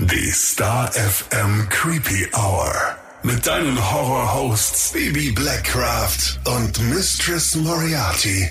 Die Star FM Creepy Hour. Mit deinen Horror-Hosts Baby Blackcraft und Mistress Moriarty.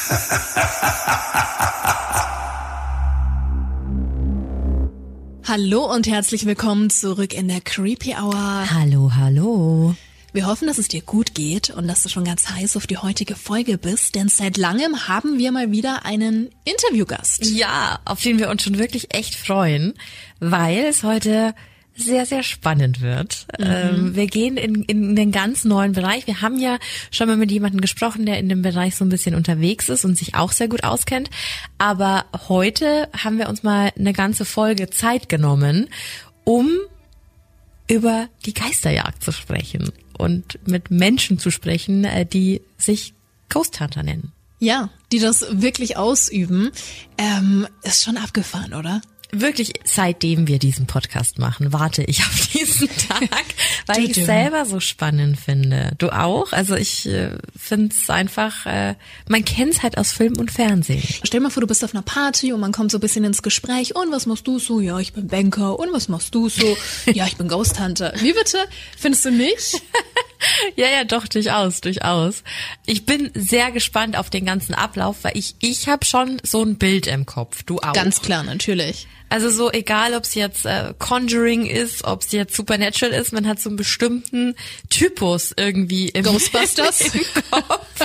Hallo und herzlich willkommen zurück in der Creepy Hour. Hallo, hallo. Wir hoffen, dass es dir gut geht und dass du schon ganz heiß auf die heutige Folge bist, denn seit langem haben wir mal wieder einen Interviewgast. Ja, auf den wir uns schon wirklich echt freuen, weil es heute sehr, sehr spannend wird. Wir gehen in einen ganz neuen Bereich. Wir haben ja schon mal mit jemandem gesprochen, der in dem Bereich so ein bisschen unterwegs ist und sich auch sehr gut auskennt. Aber heute haben wir uns mal eine ganze Folge Zeit genommen, um über die Geisterjagd zu sprechen und mit Menschen zu sprechen, die sich Ghost Hunter nennen. Ja, die das wirklich ausüben. Ist schon abgefahren, oder? Wirklich, seitdem wir diesen Podcast machen, warte ich auf diesen Tag, weil ich es selber so spannend finde. Du auch? Also ich finde es einfach, man kennt es halt aus Film und Fernsehen. Stell dir mal vor, du bist auf einer Party und man kommt so ein bisschen ins Gespräch. Und was machst du so? Ja, ich bin Banker. Und was machst du so? Ja, ich bin Ghost Hunter. Wie bitte? Findest du nicht? Ja, doch, durchaus. Ich bin sehr gespannt auf den ganzen Ablauf, weil ich habe schon so ein Bild im Kopf. Du auch? Ganz klar, natürlich. Also so egal, ob es jetzt Conjuring ist, ob es jetzt Supernatural ist, man hat so einen bestimmten Typus irgendwie im Ghostbusters im Kopf.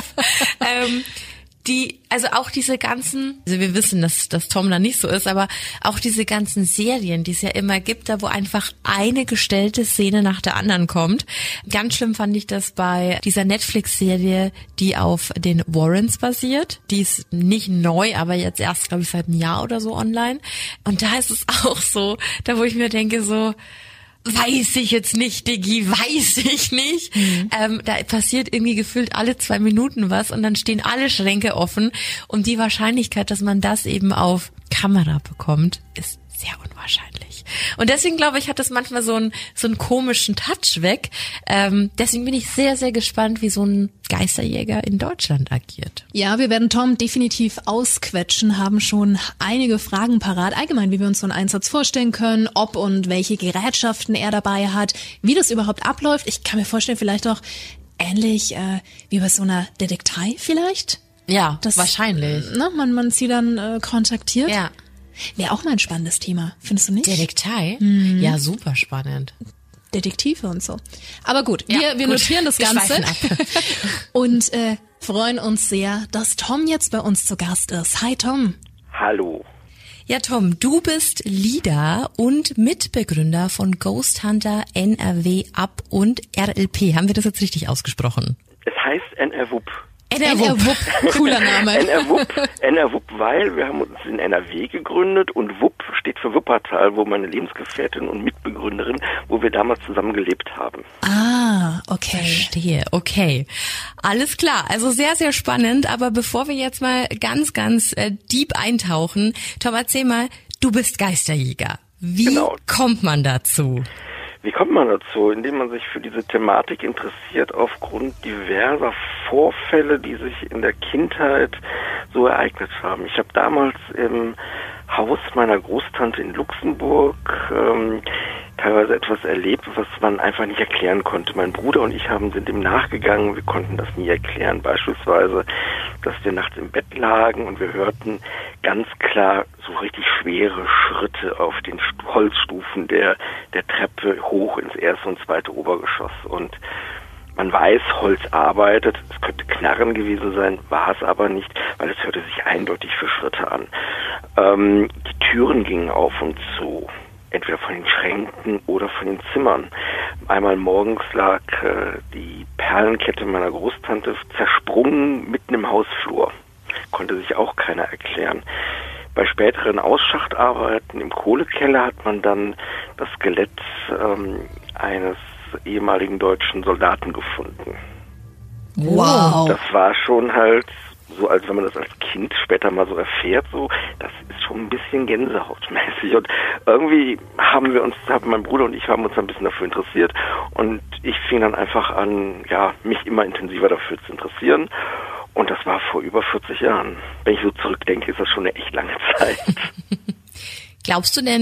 Also auch diese ganzen, also wir wissen, dass Tom da nicht so ist, aber auch diese ganzen Serien, die es ja immer gibt, da wo einfach eine gestellte Szene nach der anderen kommt. Ganz schlimm fand ich das bei dieser Netflix-Serie, die auf den Warrens basiert. Die ist nicht neu, aber jetzt erst, glaube ich, seit einem Jahr oder so online. Und da ist es auch so, da wo ich mir denke so, weiß ich jetzt nicht, Diggi, weiß ich nicht. Da passiert irgendwie gefühlt alle 2 Minuten was und dann stehen alle Schränke offen und die Wahrscheinlichkeit, dass man das eben auf Kamera bekommt, ist sehr unwahrscheinlich. Und deswegen glaube ich, hat das manchmal so einen komischen Touch weg. Deswegen bin ich sehr, sehr gespannt, wie so ein Geisterjäger in Deutschland agiert. Ja, wir werden Tom definitiv ausquetschen, haben schon einige Fragen parat. Allgemein, wie wir uns so einen Einsatz vorstellen können, ob und welche Gerätschaften er dabei hat, wie das überhaupt abläuft. Ich kann mir vorstellen, vielleicht auch ähnlich wie bei so einer Detektei vielleicht. Ja, das wahrscheinlich. Ne, man sie dann kontaktiert. Ja. Wäre auch mal ein spannendes Thema, findest du nicht? Detektei? Ja, super spannend. Detektive und so. Aber gut, ja, wir notieren das Ganze ab. und freuen uns sehr, dass Tom jetzt bei uns zu Gast ist. Hi Tom. Hallo. Ja, Tom, du bist Leader und Mitbegründer von Ghost Hunter NRW Up und RLP. Haben wir das jetzt richtig ausgesprochen? Es heißt NRWupp. NRWupp, cooler Name. NRWupp, weil wir haben uns in NRW gegründet und WUP steht für Wuppertal, wo meine Lebensgefährtin und Mitbegründerin, wo wir damals zusammen gelebt haben. Ah, okay. Verstehe, okay. Alles klar, also sehr, sehr spannend, aber bevor wir jetzt mal ganz, ganz deep eintauchen, Tom, erzähl mal, du bist Geisterjäger. Wie kommt man dazu? Wie kommt man dazu? Indem man sich für diese Thematik interessiert aufgrund diverser Vorfälle, die sich in der Kindheit so ereignet haben. Ich habe damals im Haus meiner Großtante in Luxemburg teilweise etwas erlebt, was man einfach nicht erklären konnte. Mein Bruder und ich sind dem nachgegangen, wir konnten das nie erklären. Beispielsweise, dass wir nachts im Bett lagen und wir hörten ganz klar so richtig schwere Schritte auf den Holzstufen der Treppe hoch ins erste und zweite Obergeschoss. Und man weiß, Holz arbeitet, es könnte Knarren gewesen sein, war es aber nicht, weil es hörte sich eindeutig für Schritte an. Die Türen gingen auf und zu, entweder von den Schränken oder von den Zimmern. Einmal morgens lag die Perlenkette meiner Großtante zersprungen mitten im Hausflur. Konnte sich auch keiner erklären. Bei späteren Ausschachtarbeiten im Kohlekeller hat man dann das Skelett eines ehemaligen deutschen Soldaten gefunden. Wow. Das war schon halt so, als wenn man das als Kind später mal so erfährt, so, das ist schon ein bisschen gänsehautmäßig. Und irgendwie haben mein Bruder und ich haben uns ein bisschen dafür interessiert und ich fing dann einfach an, mich immer intensiver dafür zu interessieren. Und das war vor über 40 Jahren. Wenn ich so zurückdenke, ist das schon eine echt lange Zeit. Glaubst du denn,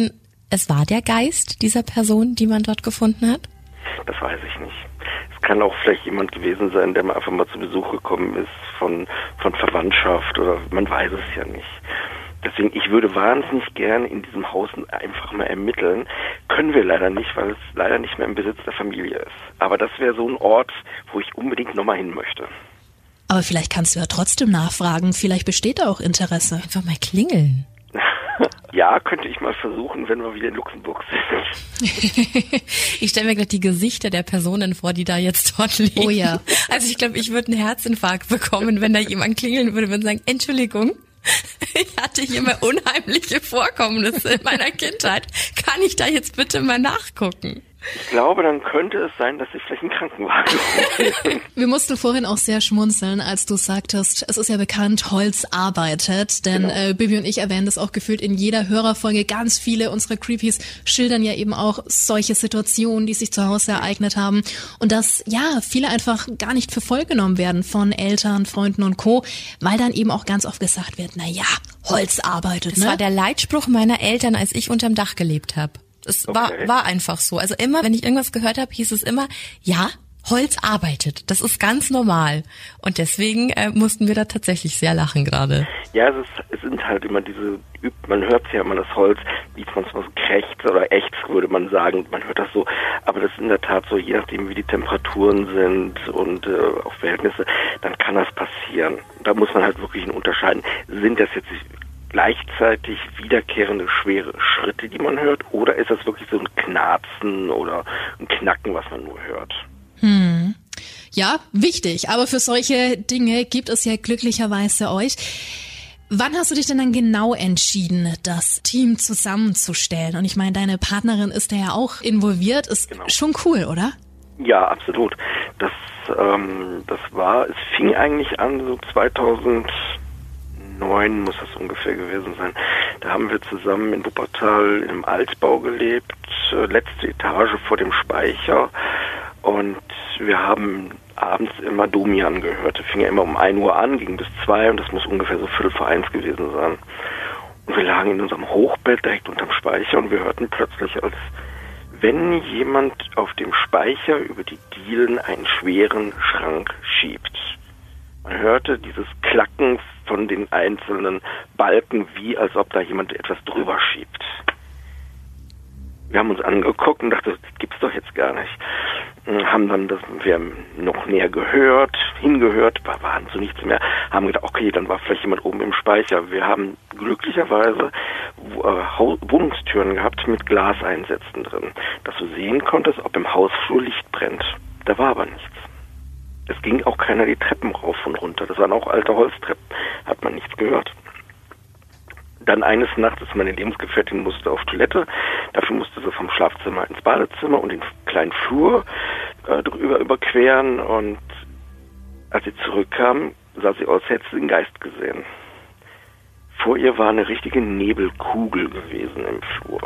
es war der Geist dieser Person, die man dort gefunden hat? Das weiß ich nicht. Es kann auch vielleicht jemand gewesen sein, der mal einfach mal zu Besuch gekommen ist von Verwandtschaft oder man weiß es ja nicht. Deswegen, ich würde wahnsinnig gerne in diesem Haus einfach mal ermitteln. Können wir leider nicht, weil es leider nicht mehr im Besitz der Familie ist. Aber das wäre so ein Ort, wo ich unbedingt nochmal hin möchte. Aber vielleicht kannst du ja trotzdem nachfragen. Vielleicht besteht da auch Interesse. Einfach mal klingeln. Ja, könnte ich mal versuchen, wenn wir wieder in Luxemburg sind. Ich stelle mir gerade die Gesichter der Personen vor, die da jetzt dort liegen. Oh ja. Also ich glaube, ich würde einen Herzinfarkt bekommen, wenn da jemand klingeln würde und sagen, Entschuldigung, ich hatte hier mal unheimliche Vorkommnisse in meiner Kindheit. Kann ich da jetzt bitte mal nachgucken? Ich glaube, dann könnte es sein, dass sie vielleicht einen Krankenwagen holen. Wir mussten vorhin auch sehr schmunzeln, als du sagtest, es ist ja bekannt, Holz arbeitet, denn Bibi und ich erwähnen das auch gefühlt in jeder Hörerfolge. Ganz viele unserer Creepies schildern ja eben auch solche Situationen, die sich zu Hause ereignet haben und dass, ja, viele einfach gar nicht für voll genommen werden von Eltern, Freunden und Co., weil dann eben auch ganz oft gesagt wird, na ja, Holz arbeitet, Das war der Leitspruch meiner Eltern, als ich unterm Dach gelebt habe. Es war einfach so. Also immer, wenn ich irgendwas gehört habe, hieß es immer, ja, Holz arbeitet. Das ist ganz normal. Und deswegen mussten wir da tatsächlich sehr lachen gerade. Ja, es sind halt immer man hört ja immer das Holz, wie man es so krächzt oder ächzt, würde man sagen. Man hört das so. Aber das ist in der Tat so, je nachdem wie die Temperaturen sind und auch Verhältnisse, dann kann das passieren. Da muss man halt wirklich unterscheiden. Sind das jetzt gleichzeitig wiederkehrende schwere Schritte, die man hört, oder ist das wirklich so ein Knarzen oder ein Knacken, was man nur hört? Ja, wichtig. Aber für solche Dinge gibt es ja glücklicherweise euch. Wann hast du dich denn dann genau entschieden, das Team zusammenzustellen? Und ich meine, deine Partnerin ist da ja auch involviert. Ist schon cool, oder? Ja, absolut. Es fing eigentlich an, so 2009 muss das ungefähr gewesen sein. Da haben wir zusammen in Wuppertal in einem Altbau gelebt, letzte Etage vor dem Speicher, und wir haben abends immer Domian gehört. Der fing ja immer um 1 Uhr an, ging bis 2 und das muss ungefähr so 1:45 gewesen sein. Und wir lagen in unserem Hochbett direkt unterm Speicher und wir hörten plötzlich, als wenn jemand auf dem Speicher über die Dielen einen schweren Schrank schiebt. Man hörte dieses Klacken von den einzelnen Balken, wie als ob da jemand etwas drüber schiebt. Wir haben uns angeguckt und dachten, das gibt's doch jetzt gar nicht. Haben dann wir noch näher hingehört, war so nichts mehr, haben gedacht, okay, dann war vielleicht jemand oben im Speicher. Wir haben glücklicherweise Wohnungstüren gehabt mit Glaseinsätzen drin, dass du sehen konntest, ob im Hausflur Licht brennt. Da war aber nichts. Es ging auch keiner die Treppen rauf und runter. Das waren auch alte Holztreppen. Hat man nichts gehört. Dann eines Nachts ist meine Lebensgefährtin musste auf Toilette. Dafür musste sie vom Schlafzimmer ins Badezimmer und den kleinen Flur überqueren. Und als sie zurückkam, sah sie aus, hätte sie den Geist gesehen. Vor ihr war eine richtige Nebelkugel gewesen im Flur.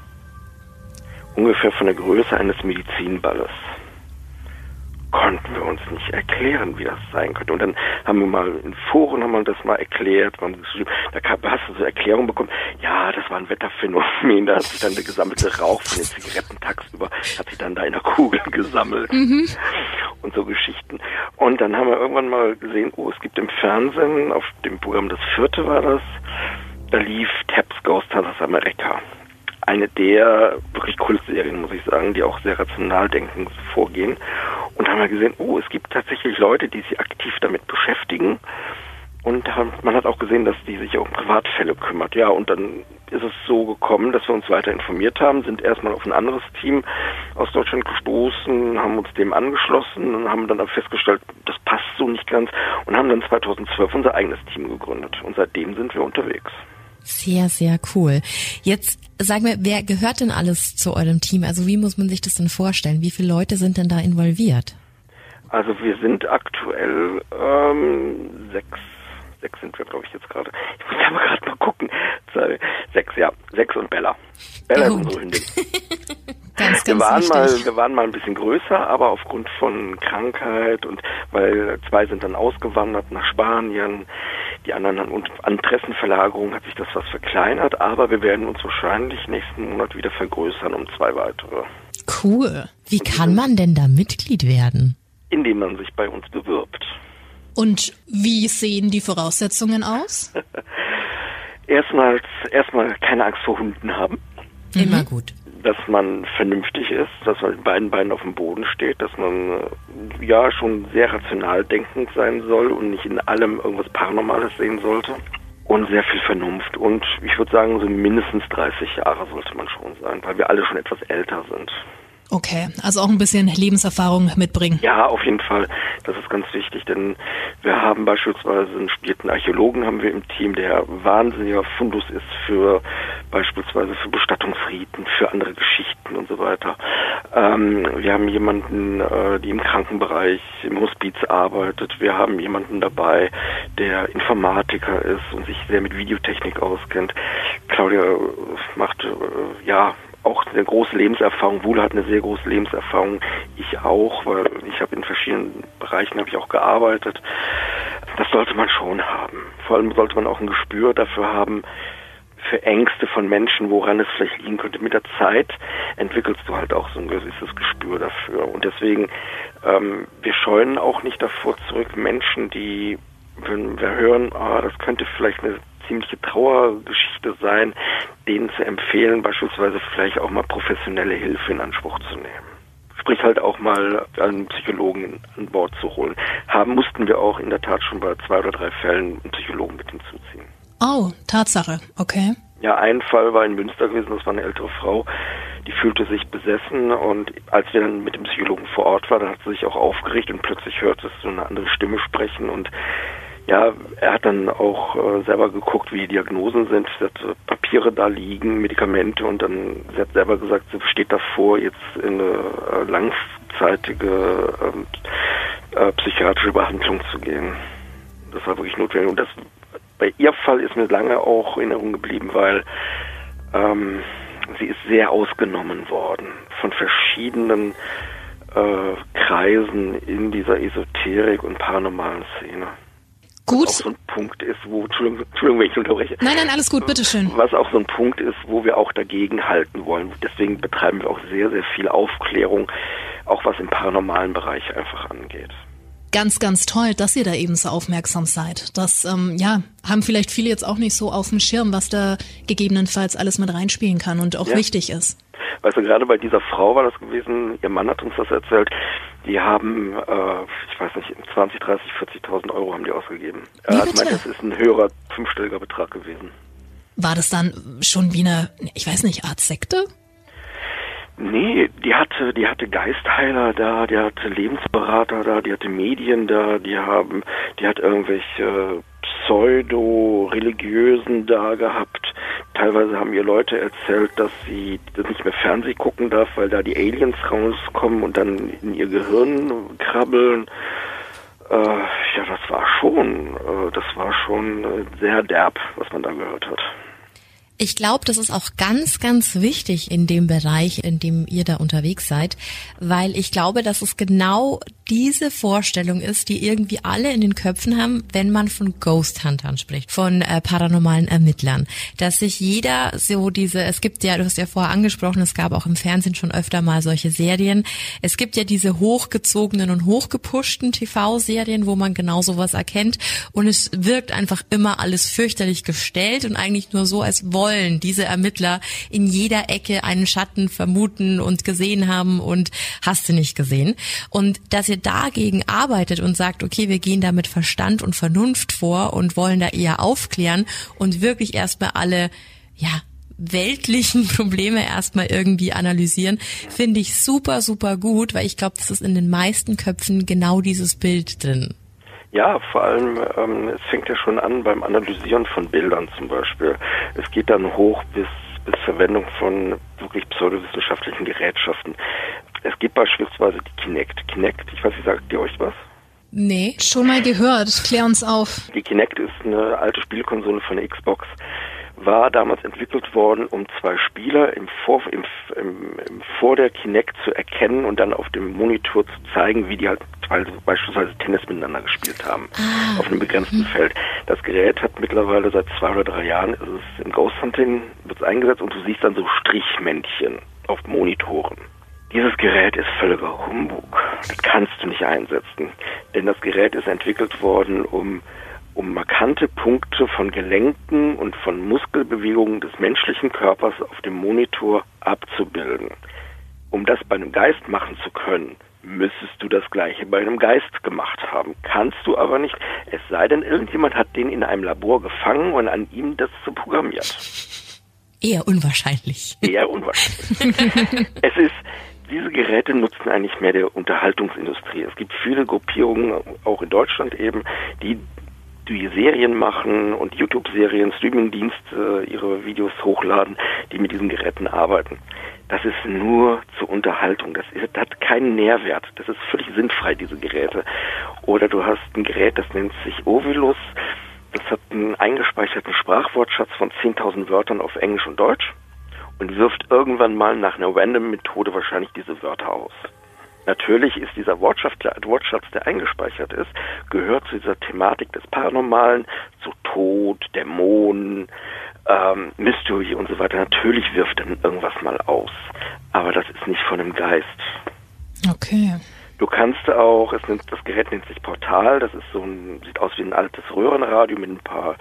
Ungefähr von der Größe eines Medizinballes. Konnten wir uns nicht erklären, wie das sein könnte. Und dann haben wir mal in Foren das mal erklärt. Da hast du so Erklärungen bekommen. Ja, das war ein Wetterphänomen. Da hat sich dann der gesammelte Rauch von den Zigaretten tagsüber, hat sich dann da in der Kugel gesammelt. Und so Geschichten. Und dann haben wir irgendwann mal gesehen, es gibt im Fernsehen, auf dem Programm Das Vierte war das, da lief Taps Ghost Hunters America. Eine der wirklich Kultserien, muss ich sagen, die auch sehr rational denkend vorgehen. Und haben wir gesehen, es gibt tatsächlich Leute, die sich aktiv damit beschäftigen. Und man hat auch gesehen, dass die sich auch um Privatfälle kümmert. Ja, und dann ist es so gekommen, dass wir uns weiter informiert haben, sind erstmal auf ein anderes Team aus Deutschland gestoßen, haben uns dem angeschlossen und haben dann auch festgestellt, das passt so nicht ganz, und haben dann 2012 unser eigenes Team gegründet. Und seitdem sind wir unterwegs. Sehr, sehr cool. Jetzt sag mir, wer gehört denn alles zu eurem Team? Also wie muss man sich das denn vorstellen? Wie viele Leute sind denn da involviert? Also wir sind aktuell 6 sind wir, glaube ich, jetzt gerade. Ich muss aber gerade mal gucken. 6 und Bella. Bella ist unsere Hündin. Ganz wichtig. Wir waren mal ein bisschen größer, aber aufgrund von Krankheit und weil 2 sind dann ausgewandert nach Spanien, die anderen und an Interessenverlagerung hat sich das was verkleinert, aber wir werden uns wahrscheinlich nächsten Monat wieder vergrößern um 2 weitere. Cool. Wie kann man denn da Mitglied werden? Indem man sich bei uns bewirbt. Und wie sehen die Voraussetzungen aus? Erstmal keine Angst vor Hunden haben. Immer gut. Dass man vernünftig ist, dass man mit beiden Beinen auf dem Boden steht, dass man schon sehr rational denkend sein soll und nicht in allem irgendwas Paranormales sehen sollte. Und sehr viel Vernunft. Und ich würde sagen, so mindestens 30 Jahre sollte man schon sein, weil wir alle schon etwas älter sind. Okay, also auch ein bisschen Lebenserfahrung mitbringen. Ja, auf jeden Fall. Das ist ganz wichtig, denn wir haben beispielsweise einen studierten Archäologen haben wir im Team, der wahnsinniger Fundus ist für beispielsweise für Bestattungsriten, für andere Geschichten und so weiter. Wir haben jemanden, die im Krankenbereich, im Hospiz arbeitet. Wir haben jemanden dabei, der Informatiker ist und sich sehr mit Videotechnik auskennt. Claudia macht, auch eine große Lebenserfahrung. Wuhle hat eine sehr große Lebenserfahrung. Ich auch, weil ich habe in verschiedenen Bereichen auch gearbeitet. Das sollte man schon haben. Vor allem sollte man auch ein Gespür dafür haben, für Ängste von Menschen, woran es vielleicht liegen könnte. Mit der Zeit entwickelst du halt auch so ein gewisses Gespür dafür. Und deswegen, wir scheuen auch nicht davor zurück, Menschen, die, wenn wir hören, das könnte vielleicht eine ziemliche Trauergeschichte sein, denen zu empfehlen, beispielsweise vielleicht auch mal professionelle Hilfe in Anspruch zu nehmen. Sprich halt auch mal einen Psychologen an Bord zu holen. Mussten wir auch in der Tat schon bei 2 oder 3 Fällen einen Psychologen mit hinzuziehen. Oh, Tatsache, okay. Ja, ein Fall war in Münster gewesen, das war eine ältere Frau, die fühlte sich besessen und als wir dann mit dem Psychologen vor Ort waren, dann hat sie sich auch aufgeregt und plötzlich hörte es so eine andere Stimme sprechen und ja, er hat dann auch selber geguckt, wie die Diagnosen sind. Sie hat Papiere da liegen, Medikamente und dann, sie hat selber gesagt, sie steht davor, jetzt in eine langzeitige psychiatrische Behandlung zu gehen. Das war wirklich notwendig. Und bei ihr Fall ist mir lange auch in Erinnerung geblieben, weil sie ist sehr ausgenommen worden von verschiedenen Kreisen in dieser Esoterik und paranormalen Szene. Gut. Was auch so ein Punkt ist, wo, Entschuldigung, wenn ich unterbreche. Nein, alles gut, bitteschön. Was auch so ein Punkt ist, wo wir auch dagegen halten wollen. Deswegen betreiben wir auch sehr, sehr viel Aufklärung, auch was im paranormalen Bereich einfach angeht. Ganz, ganz toll, dass ihr da eben so aufmerksam seid. Das, haben vielleicht viele jetzt auch nicht so auf dem Schirm, was da gegebenenfalls alles mit reinspielen kann und auch wichtig ist. Weißt du, gerade bei dieser Frau war das gewesen, ihr Mann hat uns das erzählt, die haben, 20, 30, 40.000 Euro haben die ausgegeben. Wie Also bitte? das ist ein höherer 5-stelliger Betrag gewesen. War das dann schon wie eine, Art Sekte? Nee, die hatte Geistheiler da, die hatte Lebensberater da, die hatte Medien da, die hat irgendwelche Pseudo-Religiösen da gehabt. Teilweise haben ihr Leute erzählt, dass sie nicht mehr Fernsehen gucken darf, weil da die Aliens rauskommen und dann in ihr Gehirn krabbeln. Das war schon sehr derb, was man da gehört hat. Ich glaube, das ist auch ganz, ganz wichtig in dem Bereich, in dem ihr da unterwegs seid, weil ich glaube, dass es genau diese Vorstellung ist, die irgendwie alle in den Köpfen haben, wenn man von Ghost Huntern spricht, von paranormalen Ermittlern, dass sich jeder so es gibt ja, du hast ja vorher angesprochen, es gab auch im Fernsehen schon öfter mal solche Serien, es gibt ja diese hochgezogenen und hochgepushten TV-Serien, wo man genau sowas erkennt und es wirkt einfach immer alles fürchterlich gestellt und eigentlich nur so, als wollen diese Ermittler in jeder Ecke einen Schatten vermuten und gesehen haben und hast du nicht gesehen. Und dass ihr dagegen arbeitet und sagt, okay, wir gehen da mit Verstand und Vernunft vor und wollen da eher aufklären und wirklich erstmal alle, weltlichen Probleme erstmal irgendwie analysieren, finde ich super, super gut, weil ich glaube, das ist in den meisten Köpfen genau dieses Bild drin. Ja, vor allem, es fängt ja schon an beim Analysieren von Bildern zum Beispiel. Es geht dann hoch bis Verwendung von wirklich pseudowissenschaftlichen Gerätschaften. Es gibt beispielsweise die Kinect. Kinect, ich weiß nicht, sagt ihr euch was? Nee, schon mal gehört. Klär uns auf. Die Kinect ist eine alte Spielkonsole von der Xbox. War damals entwickelt worden, um 2 Spieler im vor der Kinect zu erkennen und dann auf dem Monitor zu zeigen, wie die halt beispielsweise Tennis miteinander gespielt haben, auf einem begrenzten Feld. Das Gerät hat mittlerweile seit 2 oder 3 Jahren, ist es im Ghost Hunting, wird es eingesetzt und du siehst dann so Strichmännchen auf Monitoren. Dieses Gerät ist völliger Humbug. Das kannst du nicht einsetzen, denn das Gerät ist entwickelt worden, um markante Punkte von Gelenken und von Muskelbewegungen des menschlichen Körpers auf dem Monitor abzubilden. Um das bei einem Geist machen zu können, müsstest du das Gleiche bei einem Geist gemacht haben. Kannst du aber nicht, es sei denn, irgendjemand hat den in einem Labor gefangen und an ihm das so programmiert. Eher unwahrscheinlich. Eher unwahrscheinlich. Diese Geräte nutzen eigentlich mehr der Unterhaltungsindustrie. Es gibt viele Gruppierungen, auch in Deutschland eben, die Serien machen und YouTube-Serien, Streaming-Dienste ihre Videos hochladen, die mit diesen Geräten arbeiten. Das ist nur zur Unterhaltung. Das hat keinen Nährwert. Das ist völlig sinnfrei, diese Geräte. Oder du hast ein Gerät, das nennt sich Ovilus. Das hat einen eingespeicherten Sprachwortschatz von 10.000 Wörtern auf Englisch und Deutsch und wirft irgendwann mal nach einer Random-Methode wahrscheinlich diese Wörter aus. Natürlich ist dieser Wortschatz, der eingespeichert ist, gehört zu dieser Thematik des Paranormalen, zu Tod, Dämonen, Mystery und so weiter. Natürlich wirft dann irgendwas mal aus, aber das ist nicht von einem Geist. Okay. Du kannst auch, das Gerät nennt sich Portal, das ist sieht aus wie ein altes Röhrenradio mit ein paar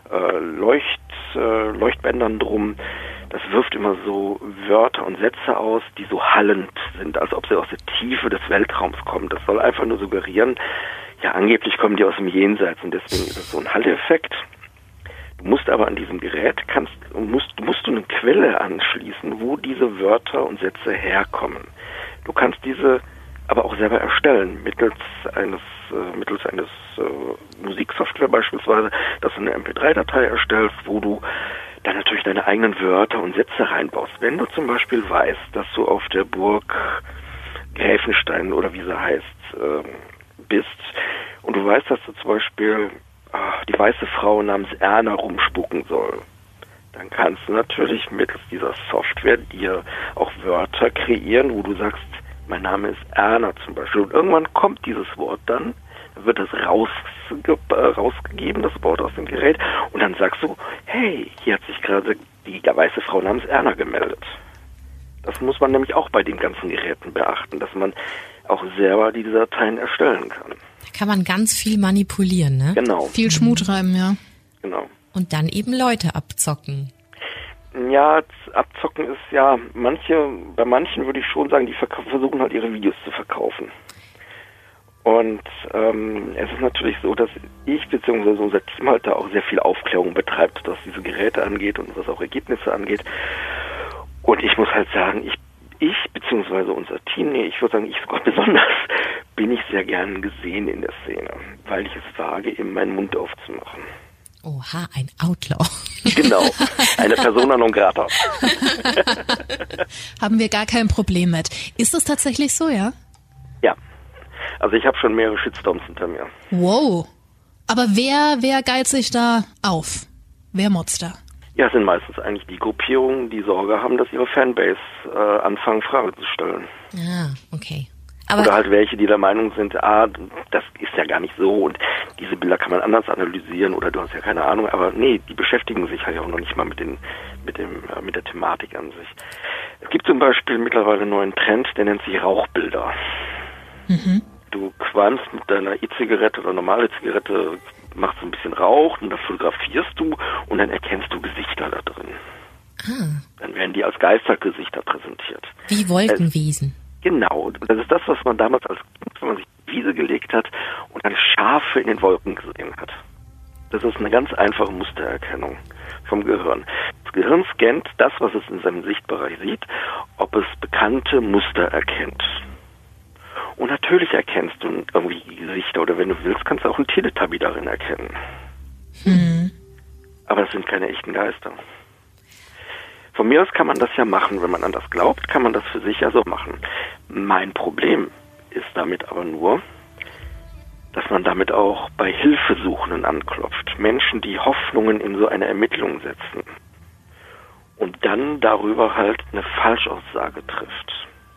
Leuchtbändern drum. Das wirft immer so Wörter und Sätze aus, die so hallend sind, als ob sie aus der Tiefe des Weltraums kommen. Das soll einfach nur suggerieren, ja, angeblich kommen die aus dem Jenseits und deswegen ist es so ein Halleffekt. Du musst aber an diesem Gerät musst du eine Quelle anschließen, wo diese Wörter und Sätze herkommen. Du kannst diese aber auch selber erstellen, mittels eines Musiksoftware beispielsweise, dass du eine MP3-Datei erstellst, wo du dann natürlich deine eigenen Wörter und Sätze reinbaust. Wenn du zum Beispiel weißt, dass du auf der Burg Gräfenstein oder wie sie heißt, bist und du weißt, dass du zum Beispiel die weiße Frau namens Erna rumspucken soll, dann kannst du natürlich mittels dieser Software dir auch Wörter kreieren, wo du sagst, mein Name ist Erna zum Beispiel. Und irgendwann kommt dieses Wort dann wird das rausgegeben, das Wort aus dem Gerät, und dann sagst du, hey, hier hat sich gerade die weiße Frau namens Erna gemeldet. Das muss man nämlich auch bei den ganzen Geräten beachten, dass man auch selber diese Dateien erstellen kann. Da kann man ganz viel manipulieren, ne? Genau. Viel Schmut reiben, ja. Genau. Und dann eben Leute abzocken. Ja, abzocken ist ja, bei manchen würde ich schon sagen, die versuchen halt ihre Videos zu verkaufen. Und es ist natürlich so, dass ich bzw. unser Team halt da auch sehr viel Aufklärung betreibt, was diese Geräte angeht und was auch Ergebnisse angeht. Und ich muss halt sagen, ich bzw. unser Team, ich würde sagen, ich sogar besonders, bin ich sehr gern gesehen in der Szene, weil ich es wage, eben meinen Mund aufzumachen. Oha, ein Outlaw. Genau, eine Persona non grata. Haben wir gar kein Problem mit. Ist das tatsächlich so, ja? Ja. Also ich habe schon mehrere Shitstorms hinter mir. Wow. Aber wer geilt sich da auf? Wer motzt da? Ja, es sind meistens eigentlich die Gruppierungen, die Sorge haben, dass ihre Fanbase anfangen, Fragen zu stellen. Ah, okay. Aber oder halt welche, die der Meinung sind, das ist ja gar nicht so und diese Bilder kann man anders analysieren oder du hast ja keine Ahnung, aber nee, die beschäftigen sich halt auch noch nicht mal mit der Thematik an sich. Es gibt zum Beispiel mittlerweile einen neuen Trend, der nennt sich Rauchbilder. Mhm. Du qualmst mit deiner E-Zigarette oder normale Zigarette, machst ein bisschen Rauch und da fotografierst du und dann erkennst du Gesichter da drin. Ah. Dann werden die als Geistergesichter präsentiert. Wie Wolkenwesen. Genau, das ist das, was man damals als Kind, wenn man sich in die Wiese gelegt hat und dann Schafe in den Wolken gesehen hat. Das ist eine ganz einfache Mustererkennung vom Gehirn. Das Gehirn scannt das, was es in seinem Sichtbereich sieht, ob es bekannte Muster erkennt. Und natürlich erkennst du irgendwie Gesichter oder wenn du willst, kannst du auch einen Teletubby darin erkennen. Mhm. Aber das sind keine echten Geister. Von mir aus kann man das ja machen, wenn man an das glaubt, kann man das für sich ja so machen. Mein Problem ist damit aber nur, dass man damit auch bei Hilfesuchenden anklopft. Menschen, die Hoffnungen in so eine Ermittlung setzen. und dann darüber halt eine Falschaussage trifft.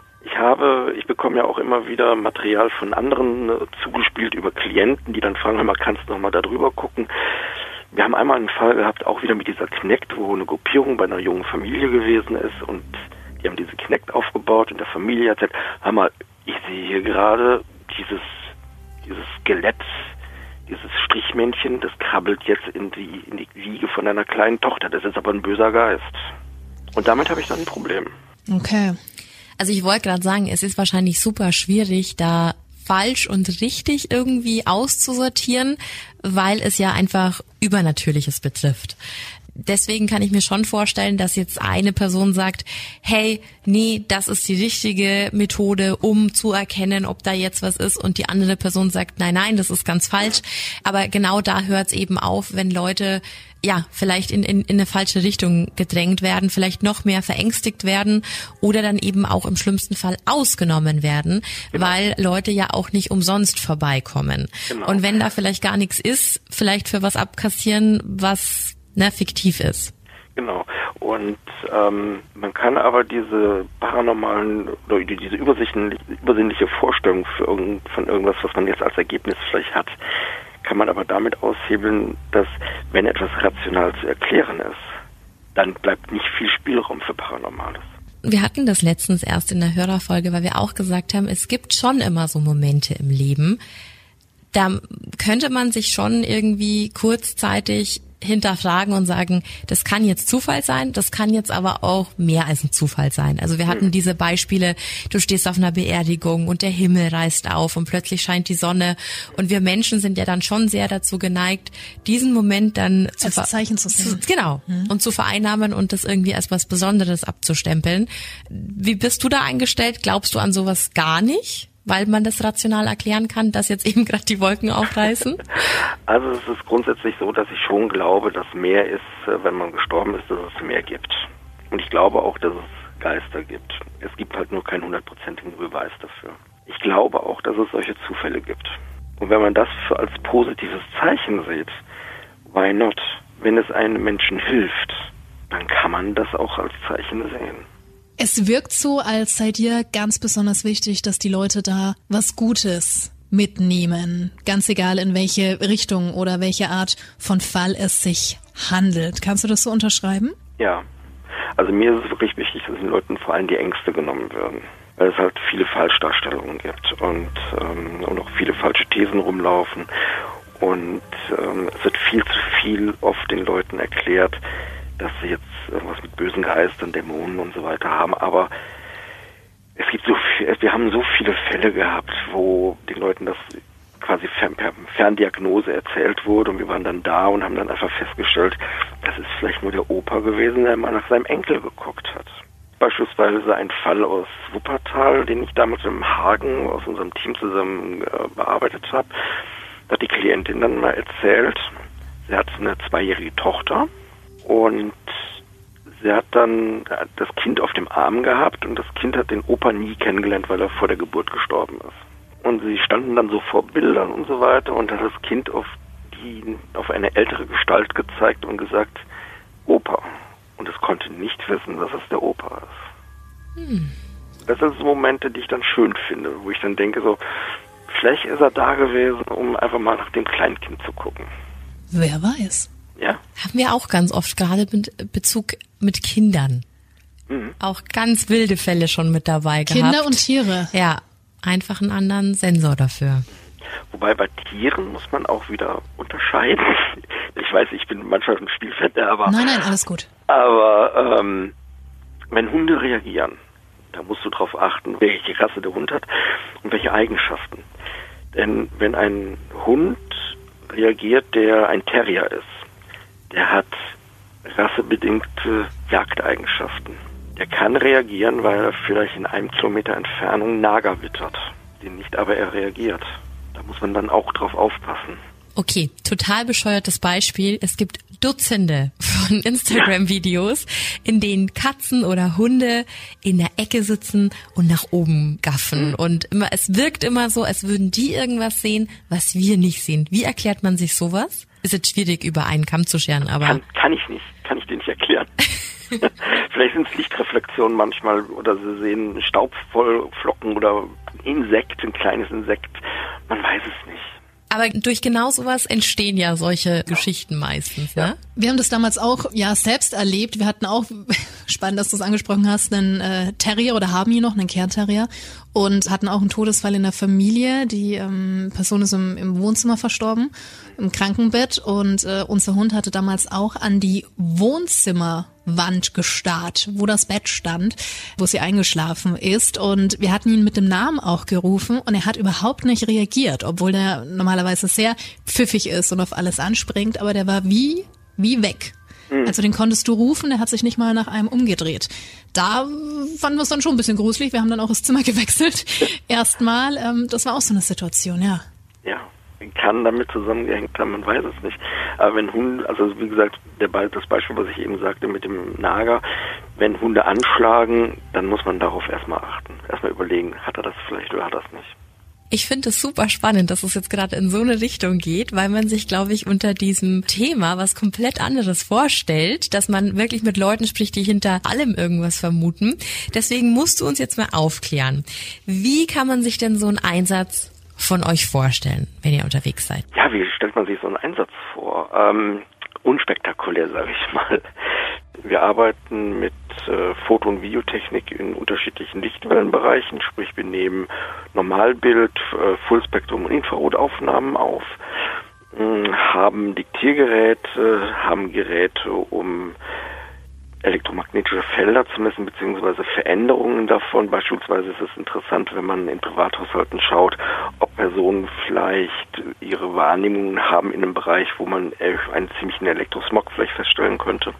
Ich bekomme ja auch immer wieder Material von anderen zugespielt über Klienten, die dann fragen, hör mal, kannst du noch mal da drüber gucken? Wir haben einmal einen Fall gehabt, auch wieder mit dieser Kinect, wo eine Gruppierung bei einer jungen Familie gewesen ist und die haben diese Kinect aufgebaut und der Familie hat gesagt, hör mal, ich sehe hier gerade dieses Skelett, dieses Strichmännchen, das krabbelt jetzt in die Wiege von einer kleinen Tochter, das ist aber ein böser Geist. Und damit habe ich dann ein Problem. Okay. Also ich wollte gerade sagen, es ist wahrscheinlich super schwierig, da falsch und richtig irgendwie auszusortieren, weil es ja einfach Übernatürliches betrifft. Deswegen kann ich mir schon vorstellen, dass jetzt eine Person sagt, hey, nee, das ist die richtige Methode, um zu erkennen, ob da jetzt was ist, und die andere Person sagt, nein, das ist ganz falsch. Aber genau da hört es eben auf, wenn Leute ja vielleicht in eine falsche Richtung gedrängt werden, vielleicht noch mehr verängstigt werden oder dann eben auch im schlimmsten Fall ausgenommen werden, weil Leute ja auch nicht umsonst vorbeikommen. Genau. Und wenn da vielleicht gar nichts ist, vielleicht für was abkassieren, was fiktiv ist. Genau. Und man kann aber diese paranormalen oder diese übersinnliche Vorstellung von irgendwas, was man jetzt als Ergebnis vielleicht hat, kann man aber damit aushebeln, dass wenn etwas rational zu erklären ist, dann bleibt nicht viel Spielraum für Paranormales. Wir hatten das letztens erst in der Hörerfolge, weil wir auch gesagt haben, es gibt schon immer so Momente im Leben, da könnte man sich schon irgendwie kurzzeitig hinterfragen und sagen, das kann jetzt Zufall sein, das kann jetzt aber auch mehr als ein Zufall sein. Also wir hatten diese Beispiele, du stehst auf einer Beerdigung und der Himmel reißt auf und plötzlich scheint die Sonne, und wir Menschen sind ja dann schon sehr dazu geneigt, diesen Moment dann als Zeichen zu sehen. Genau. Und zu vereinnahmen und das irgendwie als was Besonderes abzustempeln. Wie bist du da eingestellt? Glaubst du an sowas gar nicht? Weil man das rational erklären kann, dass jetzt eben gerade die Wolken aufreißen? Also es ist grundsätzlich so, dass ich schon glaube, dass mehr ist, wenn man gestorben ist, dass es mehr gibt. Und ich glaube auch, dass es Geister gibt. Es gibt halt nur keinen 100%igen Beweis dafür. Ich glaube auch, dass es solche Zufälle gibt. Und wenn man das als positives Zeichen sieht, why not? Wenn es einem Menschen hilft, dann kann man das auch als Zeichen sehen. Es wirkt so, als sei dir ganz besonders wichtig, dass die Leute da was Gutes mitnehmen. Ganz egal, in welche Richtung oder welche Art von Fall es sich handelt. Kannst du das so unterschreiben? Ja. Also mir ist es wirklich wichtig, dass den Leuten vor allem die Ängste genommen werden. Weil es halt viele Falschdarstellungen gibt und auch viele falsche Thesen rumlaufen. Und es wird viel zu viel oft den Leuten erklärt, dass sie jetzt irgendwas mit bösen Geistern, Dämonen und so weiter haben, aber wir haben so viele Fälle gehabt, wo den Leuten das quasi per Ferndiagnose erzählt wurde, und wir waren dann da und haben dann einfach festgestellt, das ist vielleicht nur der Opa gewesen, der mal nach seinem Enkel geguckt hat. Beispielsweise ein Fall aus Wuppertal, den ich damals im Hagen aus unserem Team zusammen bearbeitet habe. Da hat die Klientin dann mal erzählt, sie hat eine 2-jährige Tochter, und sie hat dann das Kind auf dem Arm gehabt, und das Kind hat den Opa nie kennengelernt, weil er vor der Geburt gestorben ist. Und sie standen dann so vor Bildern und so weiter und hat das Kind auf eine ältere Gestalt gezeigt und gesagt, Opa. Und es konnte nicht wissen, dass es der Opa ist. Das sind so Momente, die ich dann schön finde, wo ich dann denke, so, vielleicht ist er da gewesen, um einfach mal nach dem Kleinkind zu gucken. Wer weiß. Ja. Haben wir auch ganz oft, gerade mit Bezug mit Kindern. Auch ganz wilde Fälle schon mit dabei gehabt. Kinder und Tiere. Ja, einfach einen anderen Sensor dafür. Wobei bei Tieren muss man auch wieder unterscheiden. Ich weiß, ich bin manchmal ein Spielverderber. Nein, alles gut. Aber wenn Hunde reagieren, da musst du drauf achten, welche Rasse der Hund hat und welche Eigenschaften. Denn wenn ein Hund reagiert, der ein Terrier ist, der hat rassebedingte Jagdeigenschaften. Der kann reagieren, weil er vielleicht in 1 Kilometer Entfernung Nager wittert. Den nicht, aber er reagiert. Da muss man dann auch drauf aufpassen. Okay, total bescheuertes Beispiel. Es gibt Dutzende von Instagram-Videos, in denen Katzen oder Hunde in der Ecke sitzen und nach oben gaffen. Und es wirkt immer so, als würden die irgendwas sehen, was wir nicht sehen. Wie erklärt man sich sowas? Ist jetzt schwierig, über einen Kamm zu scheren, aber... Kann ich nicht. Kann ich dir nicht erklären. Vielleicht sind es Lichtreflexionen manchmal oder sie sehen Staubflocken oder ein kleines Insekt. Man weiß es nicht. Aber durch genau sowas entstehen ja solche Geschichten meistens, ne? Wir haben das damals auch selbst erlebt. Wir hatten auch, spannend, dass du es angesprochen hast, einen Terrier oder haben hier noch einen Cairn-Terrier und hatten auch einen Todesfall in der Familie. Die Person ist im Wohnzimmer verstorben, im Krankenbett, und unser Hund hatte damals auch an die Wohnzimmerwand gestarrt, wo das Bett stand, wo sie eingeschlafen ist, und wir hatten ihn mit dem Namen auch gerufen und er hat überhaupt nicht reagiert, obwohl der normalerweise sehr pfiffig ist und auf alles anspringt, aber der war wie weg. Also den konntest du rufen, der hat sich nicht mal nach einem umgedreht. Da fanden wir es dann schon ein bisschen gruselig, wir haben dann auch das Zimmer gewechselt. Erstmal, das war auch so eine Situation, ja. Ja, kann damit zusammengehängt haben, man weiß es nicht. Aber wenn Hunde, also wie gesagt, das Beispiel, was ich eben sagte mit dem Nager, wenn Hunde anschlagen, dann muss man darauf erstmal achten. Erstmal überlegen, hat er das vielleicht oder hat er das nicht. Ich finde es super spannend, dass es jetzt gerade in so eine Richtung geht, weil man sich, glaube ich, unter diesem Thema was komplett anderes vorstellt, dass man wirklich mit Leuten spricht, die hinter allem irgendwas vermuten. Deswegen musst du uns jetzt mal aufklären. Wie kann man sich denn so einen Einsatz von euch vorstellen, wenn ihr unterwegs seid? Ja, wie stellt man sich so einen Einsatz vor? Unspektakulär, sage ich mal. Wir arbeiten mit Foto- und Videotechnik in unterschiedlichen Lichtwellenbereichen, sprich wir nehmen Normalbild, Fullspektrum- und Infrarotaufnahmen auf, haben Diktiergeräte, haben Geräte, um elektromagnetische Felder zu messen, beziehungsweise Veränderungen davon. Beispielsweise ist es interessant, wenn man in Privathaushalten schaut, ob Personen vielleicht ihre Wahrnehmungen haben in einem Bereich, wo man einen ziemlichen Elektrosmog vielleicht feststellen könnte.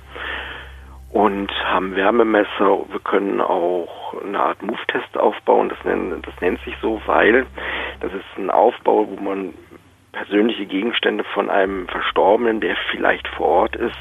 Und haben Wärmemesser. Wir können auch eine Art Move-Test aufbauen. Das nennt sich so, weil das ist ein Aufbau, wo man persönliche Gegenstände von einem Verstorbenen, der vielleicht vor Ort ist,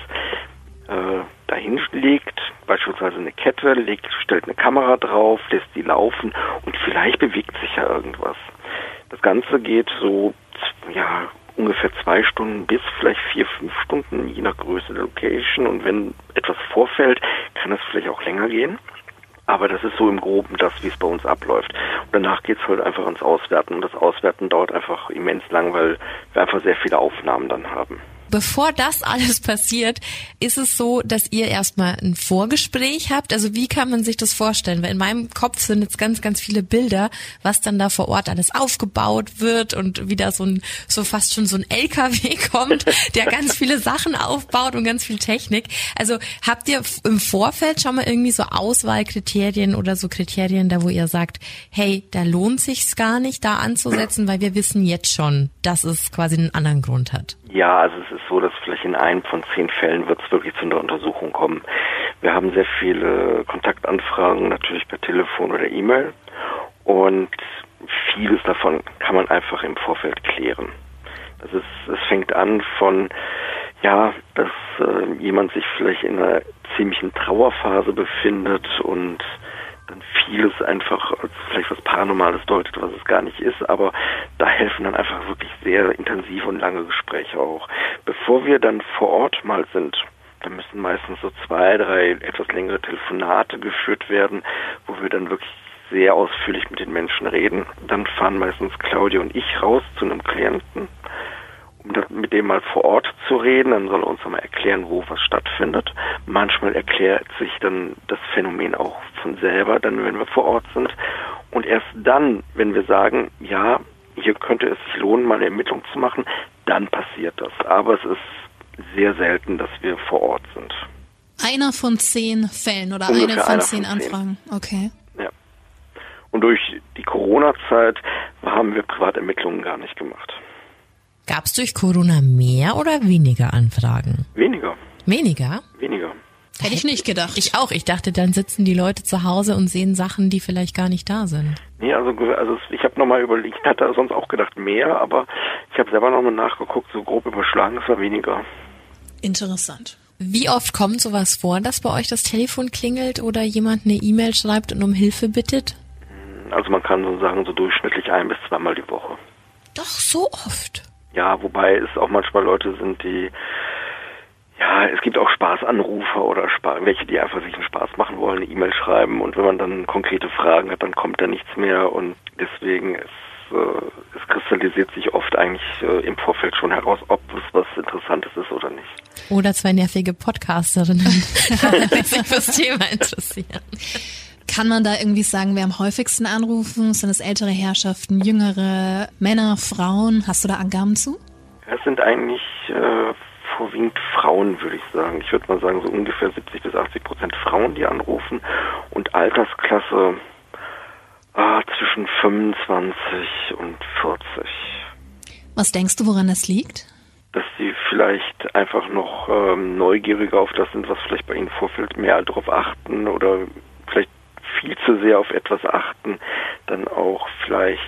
dahin legt, beispielsweise eine Kette, stellt eine Kamera drauf, lässt die laufen und vielleicht bewegt sich ja irgendwas. Das Ganze geht so, ungefähr 2 Stunden bis vielleicht 4-5 Stunden, je nach Größe der Location. Und wenn etwas vorfällt, kann es vielleicht auch länger gehen. Aber das ist so im Groben das, wie es bei uns abläuft. Und danach geht's halt einfach ans Auswerten. Und das Auswerten dauert einfach immens lang, weil wir einfach sehr viele Aufnahmen dann haben. Bevor das alles passiert, ist es so, dass ihr erstmal ein Vorgespräch habt? Also wie kann man sich das vorstellen? Weil in meinem Kopf sind jetzt ganz, ganz viele Bilder, was dann da vor Ort alles aufgebaut wird und wie da so fast schon so ein LKW kommt, der ganz viele Sachen aufbaut und ganz viel Technik. Also habt ihr im Vorfeld schon mal irgendwie so Auswahlkriterien oder so Kriterien, da wo ihr sagt, hey, da lohnt sich's gar nicht, da anzusetzen, weil wir wissen jetzt schon, dass es quasi einen anderen Grund hat? Ja, also es ist so, dass vielleicht in 1 von 10 Fällen wird es wirklich zu einer Untersuchung kommen. Wir haben sehr viele Kontaktanfragen, natürlich per Telefon oder E-Mail, und vieles davon kann man einfach im Vorfeld klären. Es fängt an von, dass jemand sich vielleicht in einer ziemlichen Trauerphase befindet und dann vieles einfach als vielleicht was Paranormales deutet, was es gar nicht ist, aber da helfen dann einfach wirklich sehr intensive und lange Gespräche auch. Bevor wir dann vor Ort mal sind, da müssen meistens so 2, 3 etwas längere Telefonate geführt werden, wo wir dann wirklich sehr ausführlich mit den Menschen reden. Dann fahren meistens Claudia und ich raus zu einem Klienten, um mit dem mal vor Ort zu reden. Dann soll er uns nochmal erklären, wo was stattfindet. Manchmal erklärt sich dann das Phänomen auch von selber, dann wenn wir vor Ort sind. Und erst dann, wenn wir sagen, ja, hier könnte es sich lohnen, mal eine Ermittlung zu machen, dann passiert das. Aber es ist sehr selten, dass wir vor Ort sind. 1 von 10 Fällen oder Ungefähr 1 von 10 Anfragen? Okay. Ja. Und durch die Corona-Zeit haben wir Privatermittlungen gar nicht gemacht. Gab es durch Corona mehr oder weniger Anfragen? Weniger. Weniger? Weniger. Hätte ich nicht gedacht. Ich auch. Ich dachte, dann sitzen die Leute zu Hause und sehen Sachen, die vielleicht gar nicht da sind. Nee, also ich habe nochmal überlegt, ich hatte sonst auch gedacht mehr, aber ich habe selber nochmal nachgeguckt, so grob überschlagen, es war weniger. Interessant. Wie oft kommt sowas vor, dass bei euch das Telefon klingelt oder jemand eine E-Mail schreibt und um Hilfe bittet? Also man kann so sagen, so durchschnittlich 1 bis 2 Mal die Woche. Doch so oft? Ja, wobei es auch manchmal Leute sind, die, ja, es gibt auch Spaßanrufer oder welche, die einfach sich einen Spaß machen wollen, eine E-Mail schreiben und wenn man dann konkrete Fragen hat, dann kommt da nichts mehr und deswegen es kristallisiert sich oft eigentlich im Vorfeld schon heraus, ob es was Interessantes ist oder nicht. Oder 2 nervige Podcasterinnen, die sich fürs Thema interessieren. Kann man da irgendwie sagen, wer am häufigsten anrufen? Sind es ältere Herrschaften, jüngere, Männer, Frauen? Hast du da Angaben zu? Es sind eigentlich vorwiegend Frauen, würde ich sagen. Ich würde mal sagen, so ungefähr 70-80% Frauen, die anrufen und Altersklasse zwischen 25 und 40. Was denkst du, woran das liegt? Dass sie vielleicht einfach noch neugieriger auf das sind, was vielleicht bei ihnen vorfällt, mehr darauf achten oder vielleicht viel zu sehr auf etwas achten, dann auch vielleicht,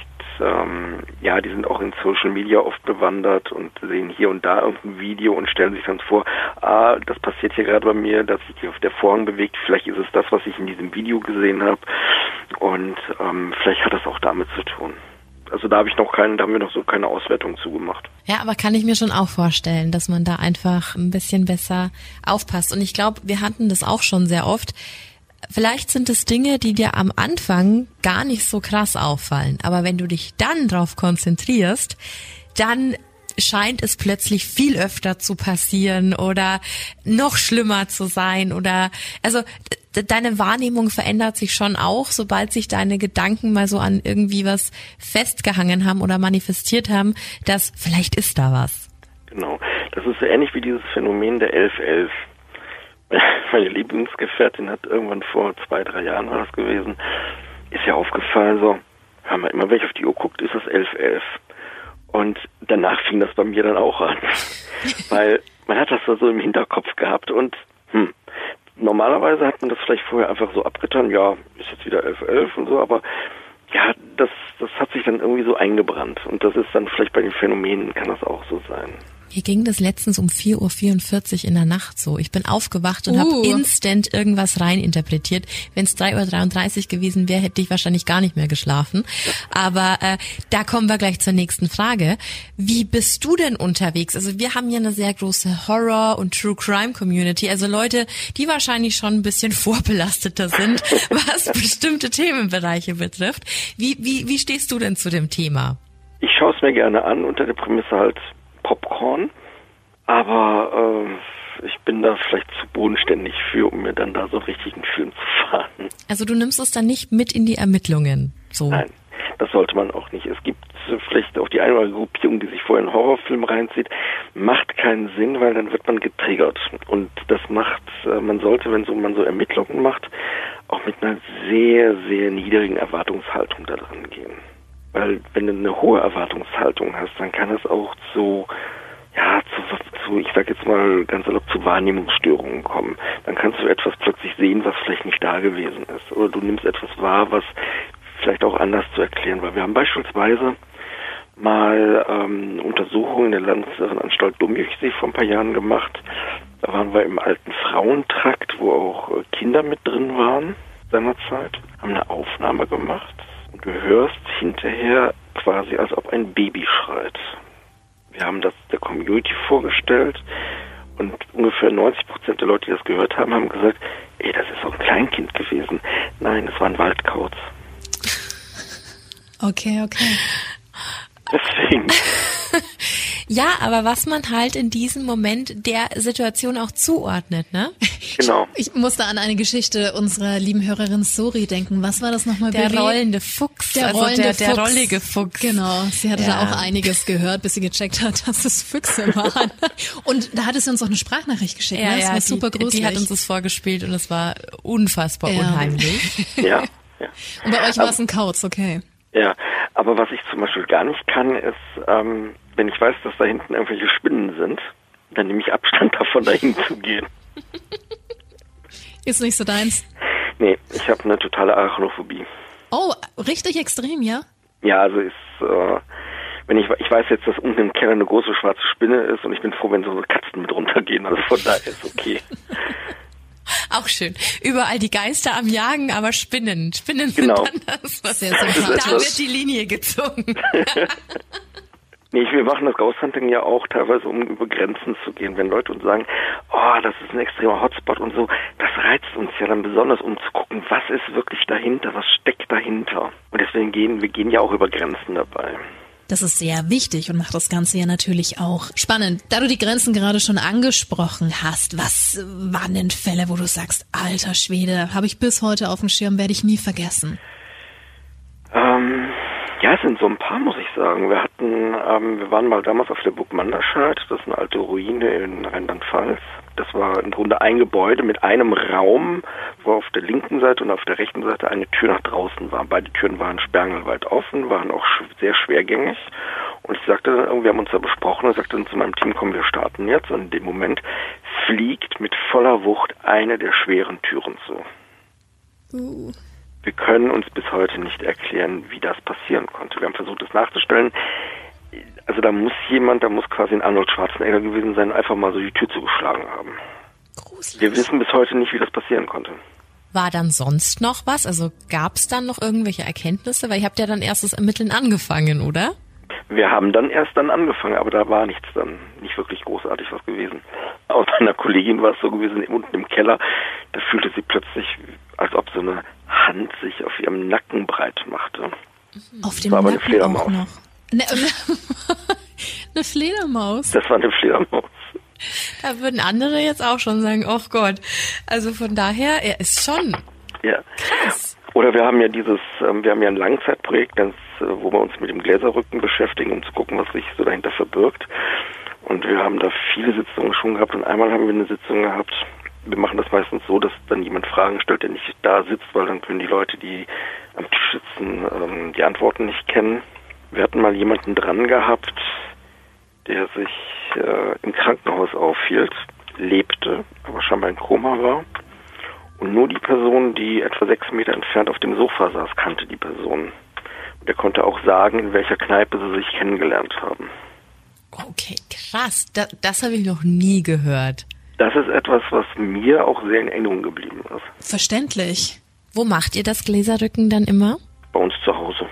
die sind auch in Social Media oft bewandert und sehen hier und da irgendein Video und stellen sich dann vor, das passiert hier gerade bei mir, dass sich der Vorhang bewegt, vielleicht ist es das, was ich in diesem Video gesehen habe und vielleicht hat das auch damit zu tun. Also da haben wir noch so keine Auswertung zugemacht. Ja, aber kann ich mir schon auch vorstellen, dass man da einfach ein bisschen besser aufpasst. Und ich glaube, wir hatten das auch schon sehr oft. Vielleicht sind es Dinge, die dir am Anfang gar nicht so krass auffallen. Aber wenn du dich dann drauf konzentrierst, dann scheint es plötzlich viel öfter zu passieren oder noch schlimmer zu sein oder, also deine Wahrnehmung verändert sich schon auch, sobald sich deine Gedanken mal so an irgendwie was festgehangen haben oder manifestiert haben, dass vielleicht ist da was. Genau. Das ist so ähnlich wie dieses Phänomen der 1111. Meine Lieblingsgefährtin hat irgendwann vor 2-3 Jahren war das gewesen, ist ja aufgefallen so, hör mal, immer wenn ich auf die Uhr guckt, ist das 11:11. Und danach fing das bei mir dann auch an. Weil man hat das so im Hinterkopf gehabt und normalerweise hat man das vielleicht vorher einfach so abgetan, ja, ist jetzt wieder 11:11 und so, aber ja, das hat sich dann irgendwie so eingebrannt. Und das ist dann vielleicht bei den Phänomenen, kann das auch so sein. Mir ging das letztens um 4:44 Uhr in der Nacht so. Ich bin aufgewacht und habe instant irgendwas reininterpretiert. Wenn es 3:33 Uhr gewesen wäre, hätte ich wahrscheinlich gar nicht mehr geschlafen. Aber da kommen wir gleich zur nächsten Frage. Wie bist du denn unterwegs? Also wir haben ja eine sehr große Horror- und True-Crime-Community. Also Leute, die wahrscheinlich schon ein bisschen vorbelasteter sind, was bestimmte Themenbereiche betrifft. Wie stehst du denn zu dem Thema? Ich schaue es mir gerne an, unter der Prämisse halt Popcorn, aber ich bin da vielleicht zu bodenständig für, um mir dann da so einen richtigen Film zu fahren. Also du nimmst es dann nicht mit in die Ermittlungen? So. Nein, das sollte man auch nicht. Es gibt vielleicht auch die eine oder andere Gruppierung, die sich vorher einen Horrorfilm reinzieht, macht keinen Sinn, weil dann wird man getriggert. Und das macht, man sollte, wenn man so Ermittlungen macht, auch mit einer sehr, sehr niedrigen Erwartungshaltung da dran gehen. Weil wenn du eine hohe Erwartungshaltung hast, dann kann es auch zu ich sag jetzt mal ganz salopp, zu Wahrnehmungsstörungen kommen. Dann kannst du etwas plötzlich sehen, was vielleicht nicht da gewesen ist. Oder du nimmst etwas wahr, was vielleicht auch anders zu erklären war. Wir haben beispielsweise mal eine Untersuchung in der Landesirrenanstalt Domjüchsee vor ein paar Jahren gemacht. Da waren wir im alten Frauentrakt, wo auch Kinder mit drin waren seinerzeit, haben eine Aufnahme gemacht. Und du hörst hinterher quasi, als ob ein Baby schreit. Wir haben das der Community vorgestellt und ungefähr 90% der Leute, die das gehört haben, haben gesagt, das ist doch ein Kleinkind gewesen. Nein, es war ein Waldkauz. Okay. Deswegen. Ja, aber was man halt in diesem Moment der Situation auch zuordnet, ne? Genau. Ich musste an eine Geschichte unserer lieben Hörerin Sori denken. Was war das nochmal? Der rollende Fuchs. Der rollige Fuchs. Genau. Sie hatte da auch einiges gehört, bis sie gecheckt hat, dass es Füchse waren. Und da hatte sie uns auch eine Sprachnachricht geschickt. Ja, das war super gruselig. Die hat uns das vorgespielt und es war unfassbar unheimlich. Ja. Und bei euch war es ein Kauz, okay. Ja, aber was ich zum Beispiel gar nicht kann, ist, wenn ich weiß, dass da hinten irgendwelche Spinnen sind, dann nehme ich Abstand davon, dahin zu gehen. Ist nicht so deins? Nee, ich habe eine totale Arachnophobie. Oh, richtig extrem, ja? Ja, also Ich weiß jetzt, dass unten im Keller eine große schwarze Spinne ist und ich bin froh, wenn so Katzen mit runtergehen. Also von daher ist okay. Auch schön. Überall die Geister am Jagen, aber Spinnen Genau. sind dann das, was Sehr sympathisch. da wird die Linie gezogen. Nee, wir machen das Ghost Hunting ja auch teilweise, um über Grenzen zu gehen. Wenn Leute uns sagen, oh, das ist ein extremer Hotspot und so, das reizt uns ja dann besonders, um zu gucken, was ist wirklich dahinter, was steckt dahinter. Und deswegen wir gehen ja auch über Grenzen dabei. Das ist sehr wichtig und macht das Ganze ja natürlich auch spannend. Da du die Grenzen gerade schon angesprochen hast, was waren denn Fälle, wo du sagst, alter Schwede, habe ich bis heute auf dem Schirm, werde ich nie vergessen? Ja, es sind so ein paar, muss ich sagen. Wir waren mal damals auf der Burg Manderscheid, das ist eine alte Ruine in Rheinland-Pfalz. Das war im Grunde ein Gebäude mit einem Raum, wo auf der linken Seite und auf der rechten Seite eine Tür nach draußen war. Beide Türen waren sperrangelweit offen, waren auch sehr schwergängig. Und ich sagte, wir haben uns da besprochen und sagte dann zu meinem Team, komm, wir starten jetzt. Und in dem Moment fliegt mit voller Wucht eine der schweren Türen zu. Wir können uns bis heute nicht erklären, wie das passieren konnte. Wir haben versucht, das nachzustellen. Also da muss quasi ein Arnold Schwarzenegger gewesen sein, einfach mal so die Tür zugeschlagen haben. Gruselig. Wir wissen bis heute nicht, wie das passieren konnte. War dann sonst noch was? Also gab es dann noch irgendwelche Erkenntnisse? Weil ihr habt ja dann erst das Ermitteln angefangen, oder? Wir haben dann erst angefangen, aber da war nichts dann, nicht wirklich großartig was gewesen. Aus meiner Kollegin war es so gewesen, unten im Keller, da fühlte sie plötzlich, als ob so eine Hand sich auf ihrem Nacken breit machte. Auf dem war aber eine Nacken Fledermaus. auch noch. Eine Fledermaus? Das war eine Fledermaus. Da würden andere jetzt auch schon sagen, oh Gott. Also von daher, er ist schon Ja. krass. Oder wir haben ja ein Langzeitprojekt, wo wir uns mit dem Gläserrücken beschäftigen, um zu gucken, was sich so dahinter verbirgt. Und wir haben da viele Sitzungen schon gehabt und einmal haben wir eine Sitzung gehabt. Wir machen das meistens so, dass dann jemand Fragen stellt, der nicht da sitzt, weil dann können die Leute, die am Tisch sitzen, die Antworten nicht kennen. Wir hatten mal jemanden dran gehabt, der sich im Krankenhaus aufhielt, lebte, aber scheinbar in Koma war. Und nur die Person, die etwa 6 Meter entfernt auf dem Sofa saß, kannte die Person. Und er konnte auch sagen, in welcher Kneipe sie sich kennengelernt haben. Okay, krass. Das habe ich noch nie gehört. Das ist etwas, was mir auch sehr in Erinnerung geblieben ist. Verständlich. Wo macht ihr das Gläserrücken dann immer? Bei uns zu Hause.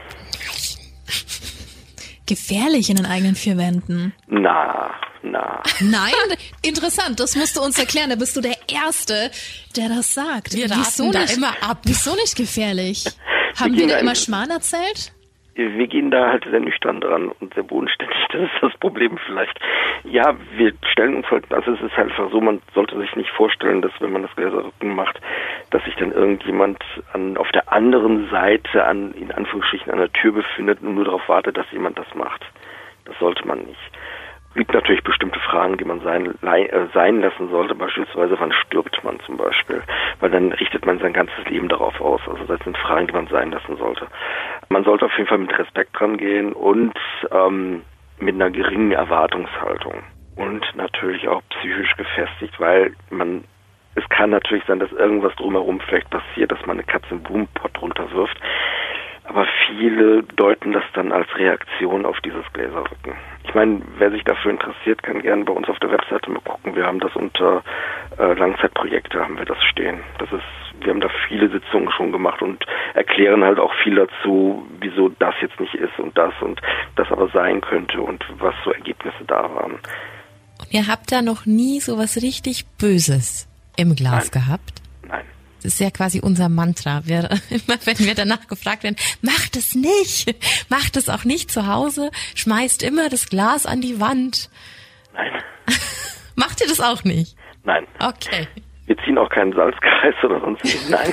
Gefährlich in den eigenen 4 Wänden. Na. Nein, interessant, das musst du uns erklären. Da bist du der Erste, der das sagt. Wir raten da immer ab. Wieso nicht gefährlich? Haben die da immer Schmarrn erzählt? Wir gehen da halt sehr nüchtern dran und sehr bodenständig. Das ist das Problem vielleicht. Ja, wir stellen uns halt, also es ist halt einfach so, man sollte sich nicht vorstellen, dass wenn man das Gläserrücken macht, dass sich dann irgendjemand auf der anderen Seite in Anführungsstrichen an der Tür befindet und nur darauf wartet, dass jemand das macht. Das sollte man nicht. Es gibt natürlich bestimmte Fragen, die man sein lassen sollte, beispielsweise, wann stirbt man zum Beispiel, weil dann richtet man sein ganzes Leben darauf aus. Also das sind Fragen, die man sein lassen sollte. Man sollte auf jeden Fall mit Respekt dran gehen und mit einer geringen Erwartungshaltung und natürlich auch psychisch gefestigt, weil es kann natürlich sein, dass irgendwas drumherum vielleicht passiert, dass man eine Katze im Blumenpott runterwirft. Aber viele deuten das dann als Reaktion auf dieses Gläserrücken. Ich meine, wer sich dafür interessiert, kann gerne bei uns auf der Webseite mal gucken. Wir haben das unter Langzeitprojekte haben wir das stehen. Wir haben da viele Sitzungen schon gemacht und erklären halt auch viel dazu, wieso das jetzt nicht ist und das aber sein könnte und was so Ergebnisse da waren. Und ihr habt da noch nie so was richtig Böses im Glas gehabt? Nein. Das ist ja quasi unser Mantra. Immer wenn wir danach gefragt werden, macht es nicht, macht es auch nicht zu Hause, schmeißt immer das Glas an die Wand. Nein. Macht ihr das auch nicht? Nein. Okay. Wir ziehen auch keinen Salzkreis oder sonst nichts. Nein.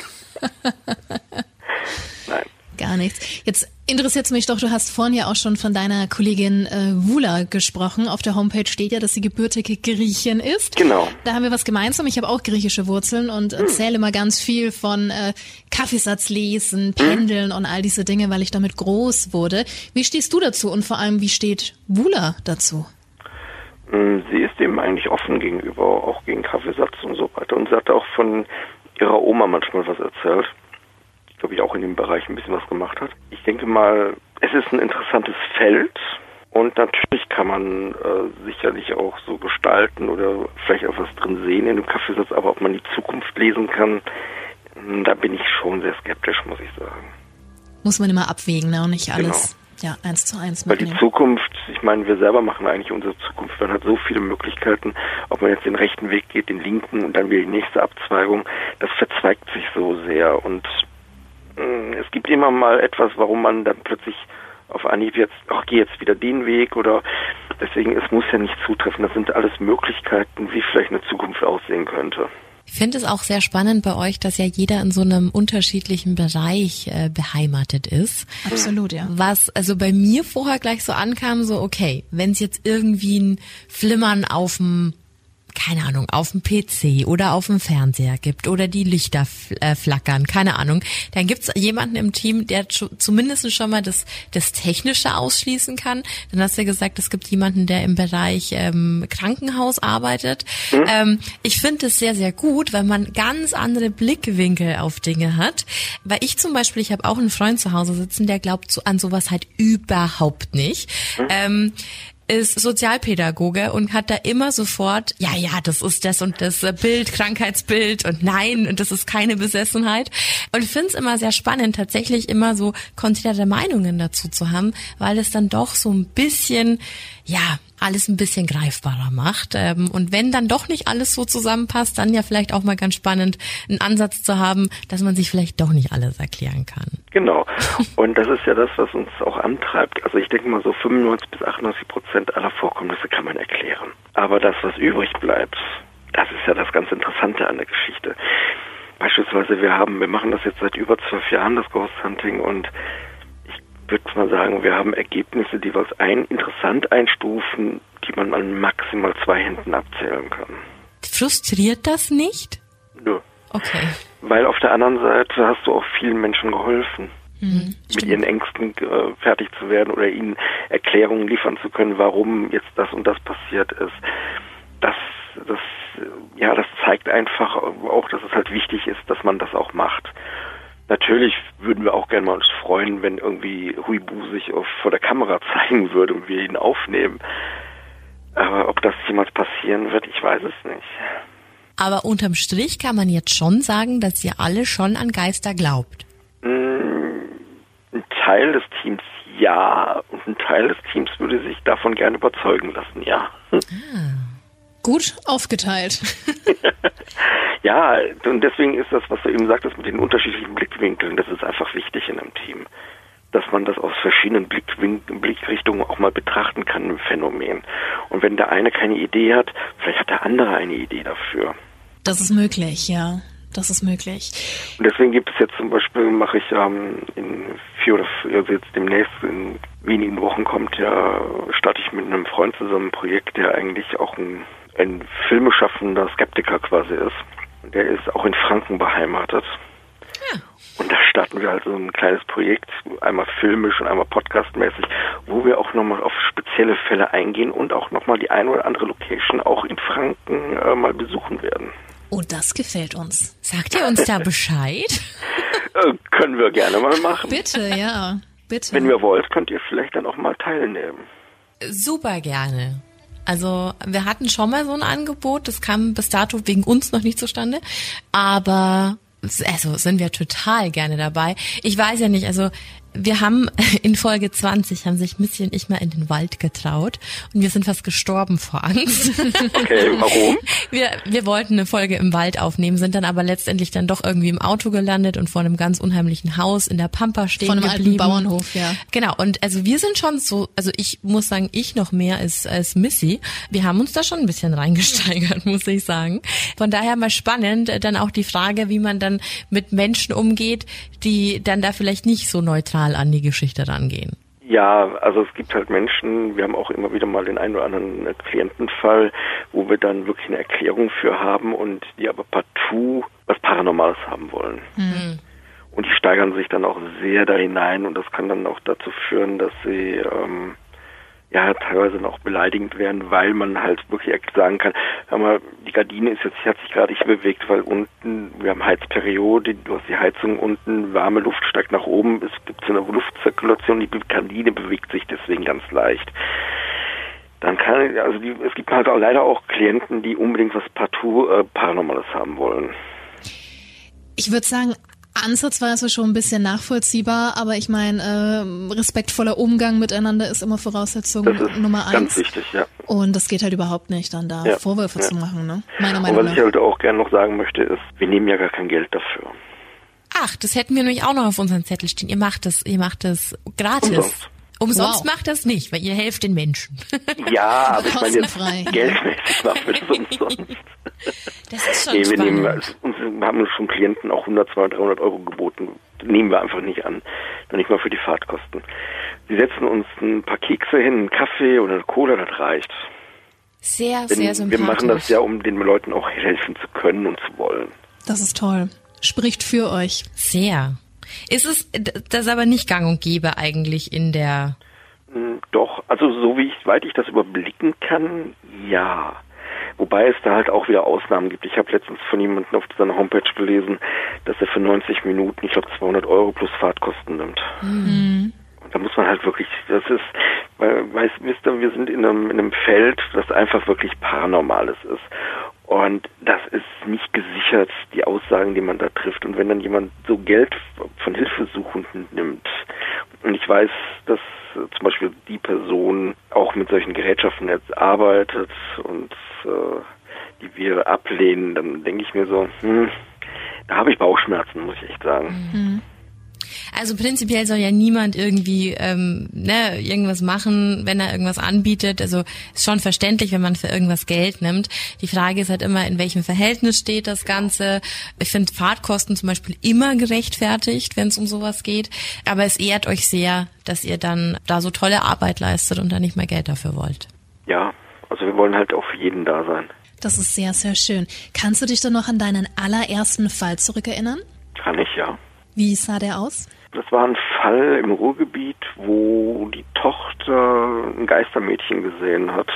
Nein. Gar nichts. Jetzt interessiert es mich doch, du hast vorhin ja auch schon von deiner Kollegin Wula gesprochen. Auf der Homepage steht ja, dass sie gebürtige Griechin ist. Genau. Da haben wir was gemeinsam. Ich habe auch griechische Wurzeln und erzähle immer ganz viel von Kaffeesatz lesen, Pendeln und all diese Dinge, weil ich damit groß wurde. Wie stehst du dazu und vor allem, wie steht Wula dazu? Sie ist dem eigentlich offen gegenüber, auch gegen Kaffeesatz und so weiter. Und sie hat auch von ihrer Oma manchmal was erzählt. Ich glaube, ich auch in dem Bereich ein bisschen was gemacht hat. Ich denke mal, es ist ein interessantes Feld Und natürlich kann man sicherlich auch so gestalten oder vielleicht auch was drin sehen in dem Kaffeesatz, aber ob man die Zukunft lesen kann, da bin ich schon sehr skeptisch, muss ich sagen. Muss man immer abwägen, ne? Und nicht alles 1:1 Weil mitnehmen. die Zukunft, ich meine, wir selber machen eigentlich unsere Zukunft. Man hat so viele Möglichkeiten, ob man jetzt den rechten Weg geht, den linken und dann wieder die nächste Abzweigung. Das verzweigt sich so sehr und es gibt immer mal etwas, warum man dann plötzlich auf Anhieb jetzt, geh jetzt wieder den Weg oder deswegen, es muss ja nicht zutreffen. Das sind alles Möglichkeiten, wie vielleicht eine Zukunft aussehen könnte. Ich finde es auch sehr spannend bei euch, dass ja jeder in so einem unterschiedlichen Bereich beheimatet ist. Absolut, ja. Was also bei mir vorher gleich so ankam, so okay, wenn es jetzt irgendwie ein Flimmern auf dem PC oder auf dem Fernseher gibt oder die Lichter flackern, keine Ahnung, dann gibt's jemanden im Team, der zumindest schon mal das Technische ausschließen kann. Dann hast du ja gesagt, es gibt jemanden, der im Bereich Krankenhaus arbeitet. Ich finde es sehr, sehr gut, weil man ganz andere Blickwinkel auf Dinge hat. Weil ich zum Beispiel, ich habe auch einen Freund zu Hause sitzen, der glaubt an sowas halt überhaupt nicht. Ist Sozialpädagoge und hat da immer sofort, das ist das und das Bild, Krankheitsbild und nein, und das ist keine Besessenheit. Und ich finde es immer sehr spannend, tatsächlich immer so konträre Meinungen dazu zu haben, weil es dann doch so ein bisschen, alles ein bisschen greifbarer macht. Und wenn dann doch nicht alles so zusammenpasst, dann ja vielleicht auch mal ganz spannend, einen Ansatz zu haben, dass man sich vielleicht doch nicht alles erklären kann. Genau. Und das ist ja das, was uns auch antreibt. Also ich denke mal so 95-98% aller Vorkommnisse kann man erklären. Aber das, was übrig bleibt, das ist ja das ganz Interessante an der Geschichte. Beispielsweise wir machen das jetzt seit über 12 Jahren, das Ghost Hunting, und ich würde mal sagen, wir haben Ergebnisse, die wir als interessant einstufen, die man an maximal 2 Händen abzählen kann. Frustriert das nicht? Nö. Okay. Weil auf der anderen Seite hast du auch vielen Menschen geholfen, mit ihren Ängsten fertig zu werden oder ihnen Erklärungen liefern zu können, warum jetzt das und das passiert ist. Das zeigt einfach auch, dass es halt wichtig ist, dass man das auch macht. Natürlich würden wir auch gerne mal uns freuen, wenn irgendwie Huibu sich vor der Kamera zeigen würde und wir ihn aufnehmen. Aber ob das jemals passieren wird, ich weiß es nicht. Aber unterm Strich kann man jetzt schon sagen, dass ihr alle schon an Geister glaubt. Ein Teil des Teams ja, und ein Teil des Teams würde sich davon gerne überzeugen lassen, ja. Gut aufgeteilt. Ja, und deswegen ist das, was du eben sagtest, mit den unterschiedlichen Blickwinkeln, das ist einfach wichtig in einem Team. Dass man das aus verschiedenen Blickrichtungen auch mal betrachten kann, ein Phänomen. Und wenn der eine keine Idee hat, vielleicht hat der andere eine Idee dafür. Das ist möglich, ja. Das ist möglich. Und deswegen gibt es jetzt zum Beispiel, mache ich jetzt demnächst in wenigen Wochen starte ich mit einem Freund zusammen ein Projekt, der eigentlich auch ein filmeschaffender Skeptiker quasi ist. Der ist auch in Franken beheimatet. Ja. Und da starten wir halt so ein kleines Projekt, einmal filmisch und einmal podcastmäßig, wo wir auch nochmal auf spezielle Fälle eingehen und auch nochmal die eine oder andere Location auch in Franken mal besuchen werden. Oh, das gefällt uns. Sagt ihr uns da Bescheid? Können wir gerne mal machen. Bitte, ja. Bitte. Wenn ihr wollt, könnt ihr vielleicht dann auch mal teilnehmen. Super gerne. Also wir hatten schon mal so ein Angebot, das kam bis dato wegen uns noch nicht zustande, aber sind wir total gerne dabei. Ich weiß ja nicht, also wir haben in Folge 20 haben sich Missy und ich mal in den Wald getraut und wir sind fast gestorben vor Angst. Okay, warum? Wir wollten eine Folge im Wald aufnehmen, sind dann aber letztendlich dann doch irgendwie im Auto gelandet und vor einem ganz unheimlichen Haus in der Pampa stehen geblieben. Von einem alten Bauernhof, ja. Genau, und also wir sind schon so, also ich muss sagen, ich noch mehr als Missy. Wir haben uns da schon ein bisschen reingesteigert, muss ich sagen. Von daher mal spannend, dann auch die Frage, wie man dann mit Menschen umgeht, die dann da vielleicht nicht so neutral an die Geschichte rangehen. Ja, also es gibt halt Menschen, wir haben auch immer wieder mal den einen oder anderen Klientenfall, wo wir dann wirklich eine Erklärung für haben und die aber partout was Paranormales haben wollen. Mhm. Und die steigern sich dann auch sehr da hinein und das kann dann auch dazu führen, dass sie ja teilweise noch beleidigend werden, weil man halt wirklich sagen kann, hör mal, die Gardine hat sich gerade nicht bewegt, weil unten, wir haben Heizperiode, du hast die Heizung unten, warme Luft steigt nach oben, es gibt so eine Luftzirkulation, die Gardine bewegt sich deswegen ganz leicht. Dann es gibt halt auch leider auch Klienten, die unbedingt was partout Paranormales haben wollen. Ich würde sagen, ansatzweise schon ein bisschen nachvollziehbar, aber ich meine, respektvoller Umgang miteinander ist immer Voraussetzung Nummer 1. Ganz wichtig, ja. Und das geht halt überhaupt nicht, dann da Vorwürfe zu machen, ne? Meiner Meinung nach. Und was ich halt auch gerne noch sagen möchte, ist, wir nehmen ja gar kein Geld dafür. Ach, das hätten wir nämlich auch noch auf unserem Zettel stehen. Ihr macht das gratis. Umsonst macht das nicht, weil ihr helft den Menschen. Ja, aber ich meine jetzt Kostenfrei. geldmäßig machen wir das umsonst. Das ist schon spannend. Wir haben schon Klienten auch 100, 200, 300 Euro geboten. Nehmen wir einfach nicht an. Noch nicht mal für die Fahrtkosten. Sie setzen uns ein paar Kekse hin, einen Kaffee oder eine Cola, das reicht. Sehr, sehr sympathisch. Wir machen das ja, um den Leuten auch helfen zu können und zu wollen. Das ist toll. Spricht für euch. Sehr. Ist es das aber nicht gang und gäbe eigentlich in der... Doch, also soweit ich das überblicken kann, ja. Wobei es da halt auch wieder Ausnahmen gibt. Ich habe letztens von jemandem auf seiner Homepage gelesen, dass er für 90 Minuten, ich glaube 200 Euro plus Fahrtkosten nimmt. Mhm. Und da muss man halt wirklich, das ist, wisst ihr, wir sind in einem Feld, das einfach wirklich Paranormales ist. Und das ist nicht gesichert, die Aussagen, die man da trifft. Und wenn dann jemand so Geld von Hilfesuchenden nimmt, und ich weiß, dass zum Beispiel die Person auch mit solchen Gerätschaften jetzt arbeitet und die wir ablehnen, dann denke ich mir so, da habe ich Bauchschmerzen, muss ich echt sagen. Mhm. Also prinzipiell soll ja niemand irgendwie irgendwas machen, wenn er irgendwas anbietet. Also ist schon verständlich, wenn man für irgendwas Geld nimmt. Die Frage ist halt immer, in welchem Verhältnis steht das Ganze. Ich finde Fahrtkosten zum Beispiel immer gerechtfertigt, wenn es um sowas geht. Aber es ehrt euch sehr, dass ihr dann da so tolle Arbeit leistet und da nicht mehr Geld dafür wollt. Ja, also wir wollen halt auch für jeden da sein. Das ist sehr, sehr schön. Kannst du dich dann noch an deinen allerersten Fall zurückerinnern? Kann ich, ja. Wie sah der aus? Das war ein Fall im Ruhrgebiet, wo die Tochter ein Geistermädchen gesehen hat.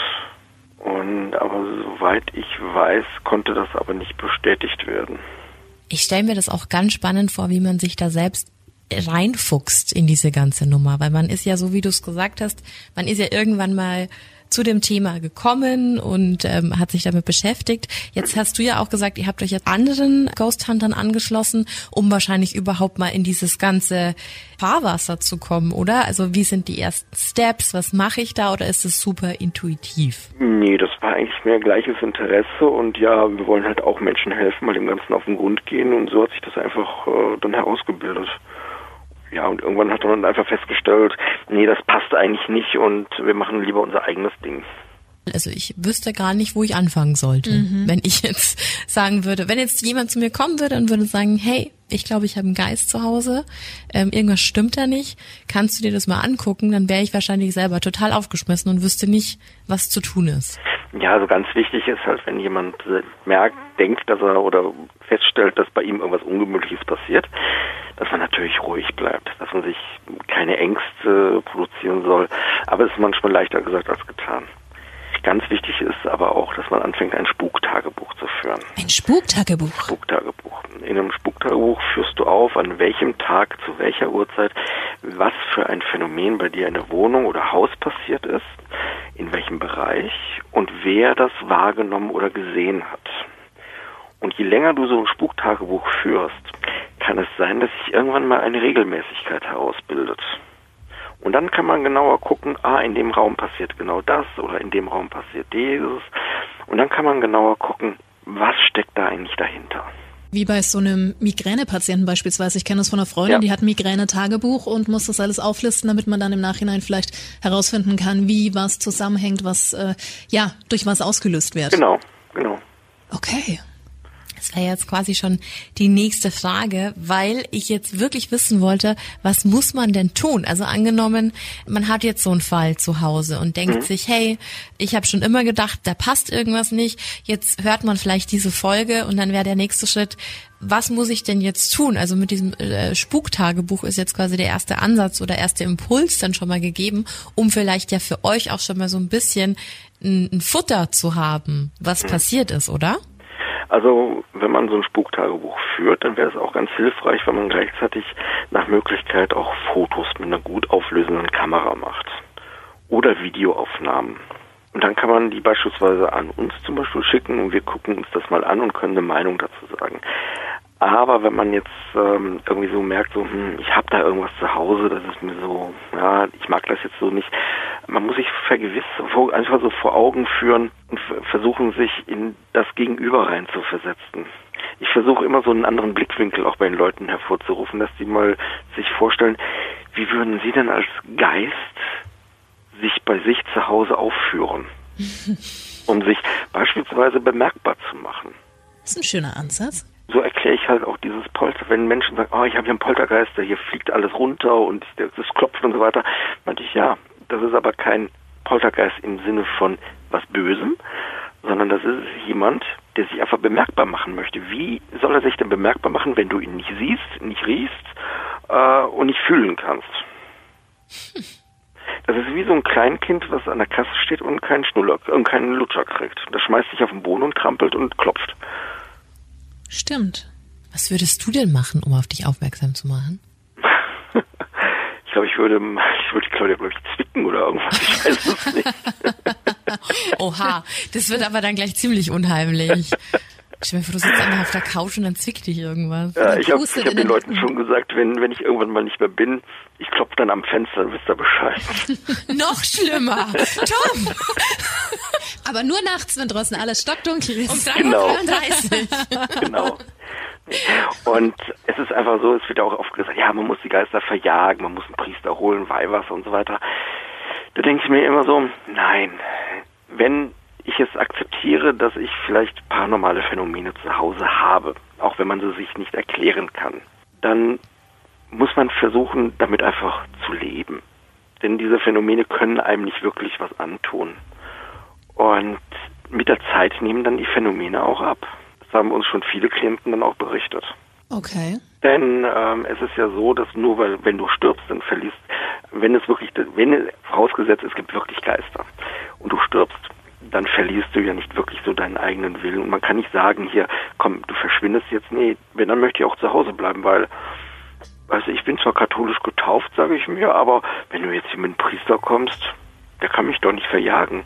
Aber soweit ich weiß, konnte das aber nicht bestätigt werden. Ich stelle mir das auch ganz spannend vor, wie man sich da selbst reinfuchst in diese ganze Nummer. Weil man ist ja, so wie du es gesagt hast, man ist ja irgendwann mal zu dem Thema gekommen und hat sich damit beschäftigt. Jetzt hast du ja auch gesagt, ihr habt euch jetzt anderen Ghost Huntern angeschlossen, um wahrscheinlich überhaupt mal in dieses ganze Fahrwasser zu kommen, oder? Also wie sind die ersten Steps? Was mache ich da? Oder ist es super intuitiv? Nee, das war eigentlich mehr gleiches Interesse und ja, wir wollen halt auch Menschen helfen, mal dem Ganzen auf den Grund gehen und so hat sich das einfach dann herausgebildet. Ja, und irgendwann hat man dann einfach festgestellt, nee, das passt eigentlich nicht und wir machen lieber unser eigenes Ding. Also ich wüsste gar nicht, wo ich anfangen sollte, wenn ich jetzt sagen würde, wenn jetzt jemand zu mir kommen würde und würde sagen, hey, ich glaube, ich habe einen Geist zu Hause, irgendwas stimmt da nicht, kannst du dir das mal angucken, dann wäre ich wahrscheinlich selber total aufgeschmissen und wüsste nicht, was zu tun ist. Ja, also ganz wichtig ist halt, wenn jemand denkt, dass er oder feststellt, dass bei ihm irgendwas Ungemütliches passiert, dass man natürlich ruhig bleibt, dass man sich keine Ängste produzieren soll, aber es ist manchmal leichter gesagt als getan. Ganz wichtig ist aber auch, dass man anfängt, ein Spuktagebuch zu führen. Ein Spuktagebuch? Spuktagebuch. In einem Spuktagebuch führst du auf, an welchem Tag, zu welcher Uhrzeit, was für ein Phänomen bei dir in der Wohnung oder Haus passiert ist, in welchem Bereich und wer das wahrgenommen oder gesehen hat. Und je länger du so ein Spuktagebuch führst, kann es sein, dass sich irgendwann mal eine Regelmäßigkeit herausbildet. Und dann kann man genauer gucken, in dem Raum passiert genau das oder in dem Raum passiert dieses. Und dann kann man genauer gucken, was steckt da eigentlich dahinter. Wie bei so einem Migränepatienten beispielsweise. Ich kenne das von einer Freundin, die hat ein Migräne-Tagebuch und muss das alles auflisten, damit man dann im Nachhinein vielleicht herausfinden kann, wie was zusammenhängt, was durch was ausgelöst wird. Genau. Okay. Das Das wäre jetzt quasi schon die nächste Frage, weil ich jetzt wirklich wissen wollte, was muss man denn tun? Also angenommen, man hat jetzt so einen Fall zu Hause und denkt sich, hey, ich habe schon immer gedacht, da passt irgendwas nicht. Jetzt hört man vielleicht diese Folge und dann wäre der nächste Schritt, was muss ich denn jetzt tun? Also mit diesem Spuktagebuch ist jetzt quasi der erste Ansatz oder erste Impuls dann schon mal gegeben, um vielleicht ja für euch auch schon mal so ein bisschen ein Futter zu haben, was passiert ist, oder? Also wenn man so ein Spuktagebuch führt, dann wäre es auch ganz hilfreich, wenn man gleichzeitig nach Möglichkeit auch Fotos mit einer gut auflösenden Kamera macht oder Videoaufnahmen. Und dann kann man die beispielsweise an uns zum Beispiel schicken und wir gucken uns das mal an und können eine Meinung dazu sagen. Aber wenn man jetzt irgendwie so merkt, so ich habe da irgendwas zu Hause, das ist mir so, ja, ich mag das jetzt so nicht. Man muss sich einfach so vor Augen führen und versuchen, sich in das Gegenüber rein zu versetzen. Ich versuche immer so einen anderen Blickwinkel auch bei den Leuten hervorzurufen, dass die mal sich vorstellen, wie würden sie denn als Geist sich bei sich zu Hause aufführen, um sich beispielsweise bemerkbar zu machen. Das ist ein schöner Ansatz. So erkläre ich halt auch dieses Polter, wenn Menschen sagen, ich habe hier einen Poltergeist, hier fliegt alles runter und das klopft und so weiter, meinte ich, ja, das ist aber kein Poltergeist im Sinne von was Bösem, sondern das ist jemand, der sich einfach bemerkbar machen möchte. Wie soll er sich denn bemerkbar machen, wenn du ihn nicht siehst, nicht riechst und nicht fühlen kannst? Das ist wie so ein Kleinkind, was an der Kasse steht und keinen Lutscher kriegt. Das schmeißt sich auf den Boden und trampelt und klopft. Stimmt. Was würdest du denn machen, um auf dich aufmerksam zu machen? Ich glaube, ich würde Claudia, glaube ich, zwicken oder irgendwas. Ich weiß es nicht. Oha, das wird aber dann gleich ziemlich unheimlich. Stell mir vor, du sitzt einfach auf der Couch und dann zwickt dich irgendwas. Ja, ich hab den Leuten schon gesagt, wenn ich irgendwann mal nicht mehr bin, ich klopfe dann am Fenster, dann wisst ihr Bescheid. Noch schlimmer. Tom! Aber nur nachts, wenn draußen alles stockdunkel ist. Um 3:33 Uhr. Genau. Und es ist einfach so, es wird ja auch oft gesagt, ja, man muss die Geister verjagen, man muss einen Priester holen, Weihwasser und so weiter. Da denke ich mir immer so, nein, wenn ich es akzeptiere, dass ich vielleicht paranormale Phänomene zu Hause habe, auch wenn man sie sich nicht erklären kann, dann muss man versuchen, damit einfach zu leben. Denn diese Phänomene können einem nicht wirklich was antun. Und mit der Zeit nehmen dann die Phänomene auch ab. Das haben uns schon viele Klienten dann auch berichtet. Okay. Denn es ist ja so, dass nur wenn du stirbst, dann verlierst, vorausgesetzt, es gibt wirklich Geister und du stirbst, dann verlierst du ja nicht wirklich so deinen eigenen Willen. Und man kann nicht sagen, hier, komm, du verschwindest jetzt. Nee, wenn, dann möchte ich auch zu Hause bleiben, weil, ich bin zwar katholisch getauft, sage ich mir, aber wenn du jetzt hier mit einem Priester kommst, der kann mich doch nicht verjagen.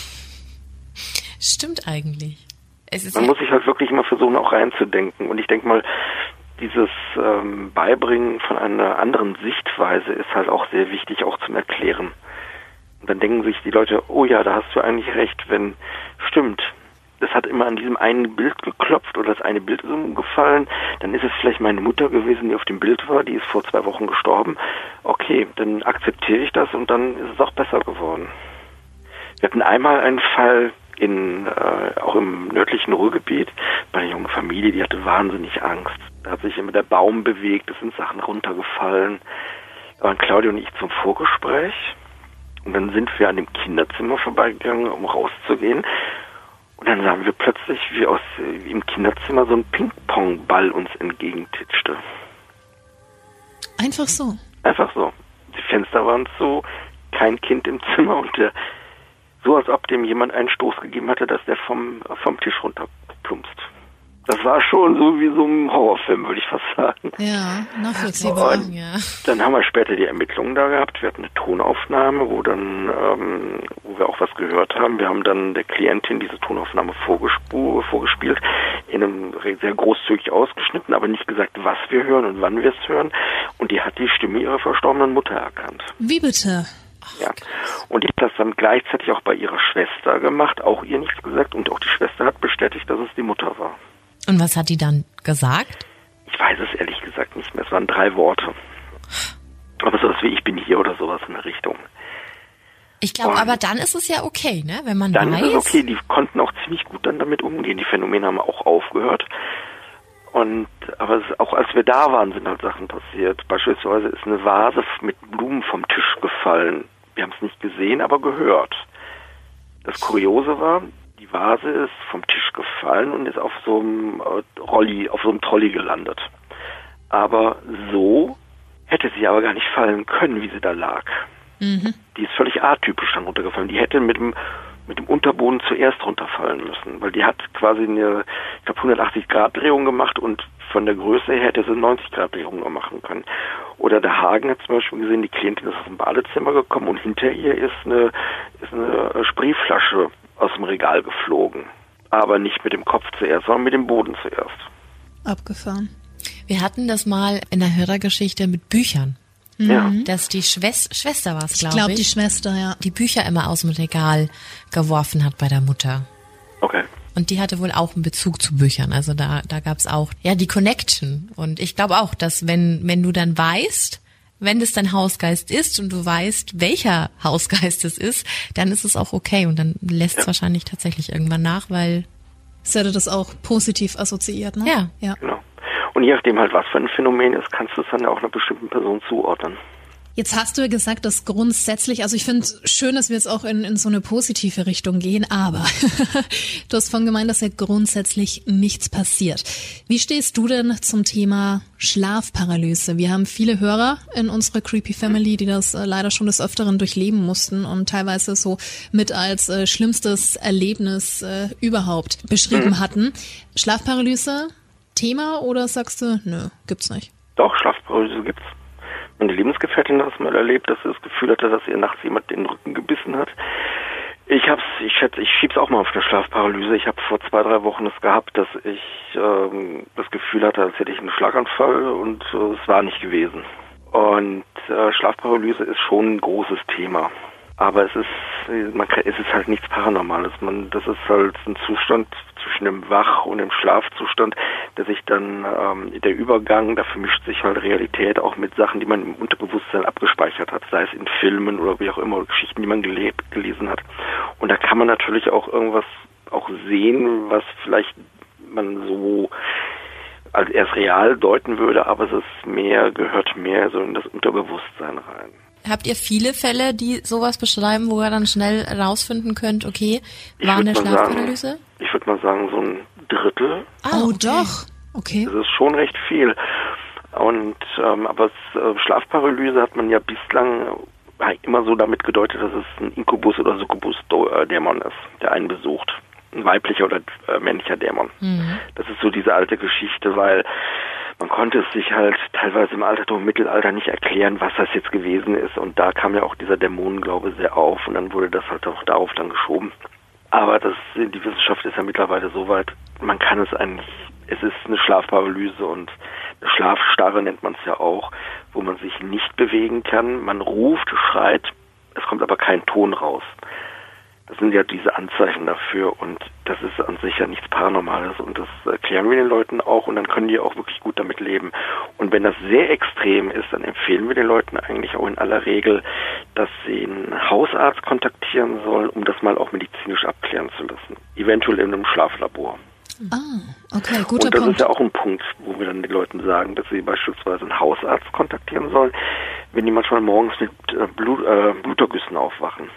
Stimmt eigentlich. Man muss sich halt wirklich mal versuchen, auch reinzudenken. Und ich denke mal, dieses Beibringen von einer anderen Sichtweise ist halt auch sehr wichtig, auch zum Erklären. Und dann denken sich die Leute, oh ja, da hast du eigentlich recht, stimmt, das hat immer an diesem einen Bild geklopft oder das eine Bild ist umgefallen, dann ist es vielleicht meine Mutter gewesen, die auf dem Bild war, die ist vor 2 Wochen gestorben. Okay, dann akzeptiere ich das und dann ist es auch besser geworden. Wir hatten einmal einen Fall auch im nördlichen Ruhrgebiet bei einer jungen Familie, die hatte wahnsinnig Angst. Da hat sich immer der Baum bewegt, es sind Sachen runtergefallen. Da waren Claudia und ich zum Vorgespräch. Und dann sind wir an dem Kinderzimmer vorbeigegangen, um rauszugehen. Und dann sahen wir plötzlich, wie im Kinderzimmer so ein Ping-Pong-Ball uns entgegentitschte. Einfach so? Einfach so. Die Fenster waren zu, kein Kind im Zimmer und so, als ob dem jemand einen Stoß gegeben hatte, dass der vom Tisch runterplumpst. Das war schon so wie so ein Horrorfilm, würde ich fast sagen. Ja, nachvollziehbar. Und dann haben wir später die Ermittlungen da gehabt. Wir hatten eine Tonaufnahme, wo wir auch was gehört haben. Wir haben dann der Klientin diese Tonaufnahme vorgespielt, in einem sehr großzügig ausgeschnitten, aber nicht gesagt, was wir hören und wann wir es hören. Und die hat die Stimme ihrer verstorbenen Mutter erkannt. Wie bitte? Ja, und ich habe das dann gleichzeitig auch bei ihrer Schwester gemacht, auch ihr nichts gesagt. Und auch die Schwester hat bestätigt, dass es die Mutter war. Und was hat die dann gesagt? Ich weiß es ehrlich gesagt nicht mehr. Es waren 3 Worte. Aber sowas wie ich bin hier oder sowas in der Richtung. Ich glaube, aber dann ist es ja okay, ne? Wenn man dann weiß. Dann ist es okay. Die konnten auch ziemlich gut dann damit umgehen. Die Phänomene haben auch aufgehört. Aber auch als wir da waren, sind halt Sachen passiert. Beispielsweise ist eine Vase mit Blumen vom Tisch gefallen. Wir haben es nicht gesehen, aber gehört. Das Kuriose war, die Vase ist vom Tisch gefallen und ist auf so einem Trolley gelandet. Aber so hätte sie aber gar nicht fallen können, wie sie da lag. Mhm. Die ist völlig atypisch dann runtergefallen. Die hätte mit dem Unterboden zuerst runterfallen müssen, weil die hat quasi eine, ich glaube, 180-Grad-Drehung gemacht und von der Größe her hätte sie 90-Grad-Drehung noch machen können. Oder der Hagen hat zum Beispiel gesehen, die Klientin ist aus dem Badezimmer gekommen und hinter ihr ist eine Sprühflasche aus dem Regal geflogen. Aber nicht mit dem Kopf zuerst, sondern mit dem Boden zuerst. Abgefahren. Wir hatten das mal in der Hörergeschichte mit Büchern. Ja. Dass die Schwester war es, glaube ich. Ich glaube, die Schwester, ja. Die Bücher immer aus dem Regal geworfen hat bei der Mutter. Okay. Und die hatte wohl auch einen Bezug zu Büchern. Also da gab's auch, ja, die Connection. Und ich glaube auch, dass wenn du dann weißt, wenn das dein Hausgeist ist und du weißt, welcher Hausgeist es ist, dann ist es auch okay. Und dann lässt es wahrscheinlich tatsächlich irgendwann nach, weil... Sie hatte das auch positiv assoziiert, ne? Ja. Genau. Und je nachdem halt, was für ein Phänomen ist, kannst du es dann ja auch einer bestimmten Person zuordnen. Jetzt hast du ja gesagt, dass grundsätzlich, also ich finde es schön, dass wir jetzt auch in so eine positive Richtung gehen, aber du hast vorhin gemeint, dass ja grundsätzlich nichts passiert. Wie stehst du denn zum Thema Schlafparalyse? Wir haben viele Hörer in unserer Creepy Family, die das leider schon des Öfteren durchleben mussten und teilweise so mit als schlimmstes Erlebnis überhaupt beschrieben hatten. Schlafparalyse, Thema oder sagst du, nö, gibt's nicht? Doch, Schlafparalyse gibt's. Meine Lebensgefährtin hat es mal erlebt, dass sie das Gefühl hatte, dass ihr nachts jemand den Rücken gebissen hat. Ich schieb's auch mal auf eine Schlafparalyse. Ich habe vor 2-3 Wochen es gehabt, dass ich das Gefühl hatte, als hätte ich einen Schlaganfall und es war nicht gewesen. Und Schlafparalyse ist schon ein großes Thema. Aber es ist halt nichts Paranormales. Das ist halt ein Zustand zwischen dem Wach- und dem Schlafzustand, der sich dann, der Übergang, da vermischt sich halt Realität auch mit Sachen, die man im Unterbewusstsein abgespeichert hat, sei es in Filmen oder wie auch immer, Geschichten, die man gelesen hat. Und da kann man natürlich auch irgendwas auch sehen, was vielleicht man so als erst real deuten würde, aber gehört mehr so in das Unterbewusstsein rein. Habt ihr viele Fälle, die sowas beschreiben, wo ihr dann schnell rausfinden könnt, okay, war eine Schlafparalyse? Ich würde mal sagen, so ein Drittel. Oh, okay. Doch. Okay. Das ist schon recht viel. Und aber Schlafparalyse hat man ja bislang immer so damit gedeutet, dass es ein Inkubus oder Succubus-Dämon ist, der einen besucht. Ein weiblicher oder männlicher Dämon. Mhm. Das ist so diese alte Geschichte, weil man konnte es sich halt teilweise im Altertum und Mittelalter nicht erklären, was das jetzt gewesen ist. Und da kam ja auch dieser Dämonenglaube sehr auf und dann wurde das halt auch darauf dann geschoben. Aber die Wissenschaft ist ja mittlerweile so weit, man kann es eigentlich, es ist eine Schlafparalyse und eine Schlafstarre nennt man es ja auch, wo man sich nicht bewegen kann. Man ruft, schreit, es kommt aber kein Ton raus. Das sind ja diese Anzeichen dafür und das ist an sich ja nichts Paranormales und das erklären wir den Leuten auch und dann können die auch wirklich gut damit leben. Und wenn das sehr extrem ist, dann empfehlen wir den Leuten eigentlich auch in aller Regel, dass sie einen Hausarzt kontaktieren sollen, um das mal auch medizinisch abklären zu lassen. Eventuell in einem Schlaflabor. Ah, okay, guter Punkt. Und das ist ja auch ein Punkt, wo wir dann den Leuten sagen, dass sie beispielsweise einen Hausarzt kontaktieren sollen, wenn die manchmal morgens mit Blutergüssen aufwachen.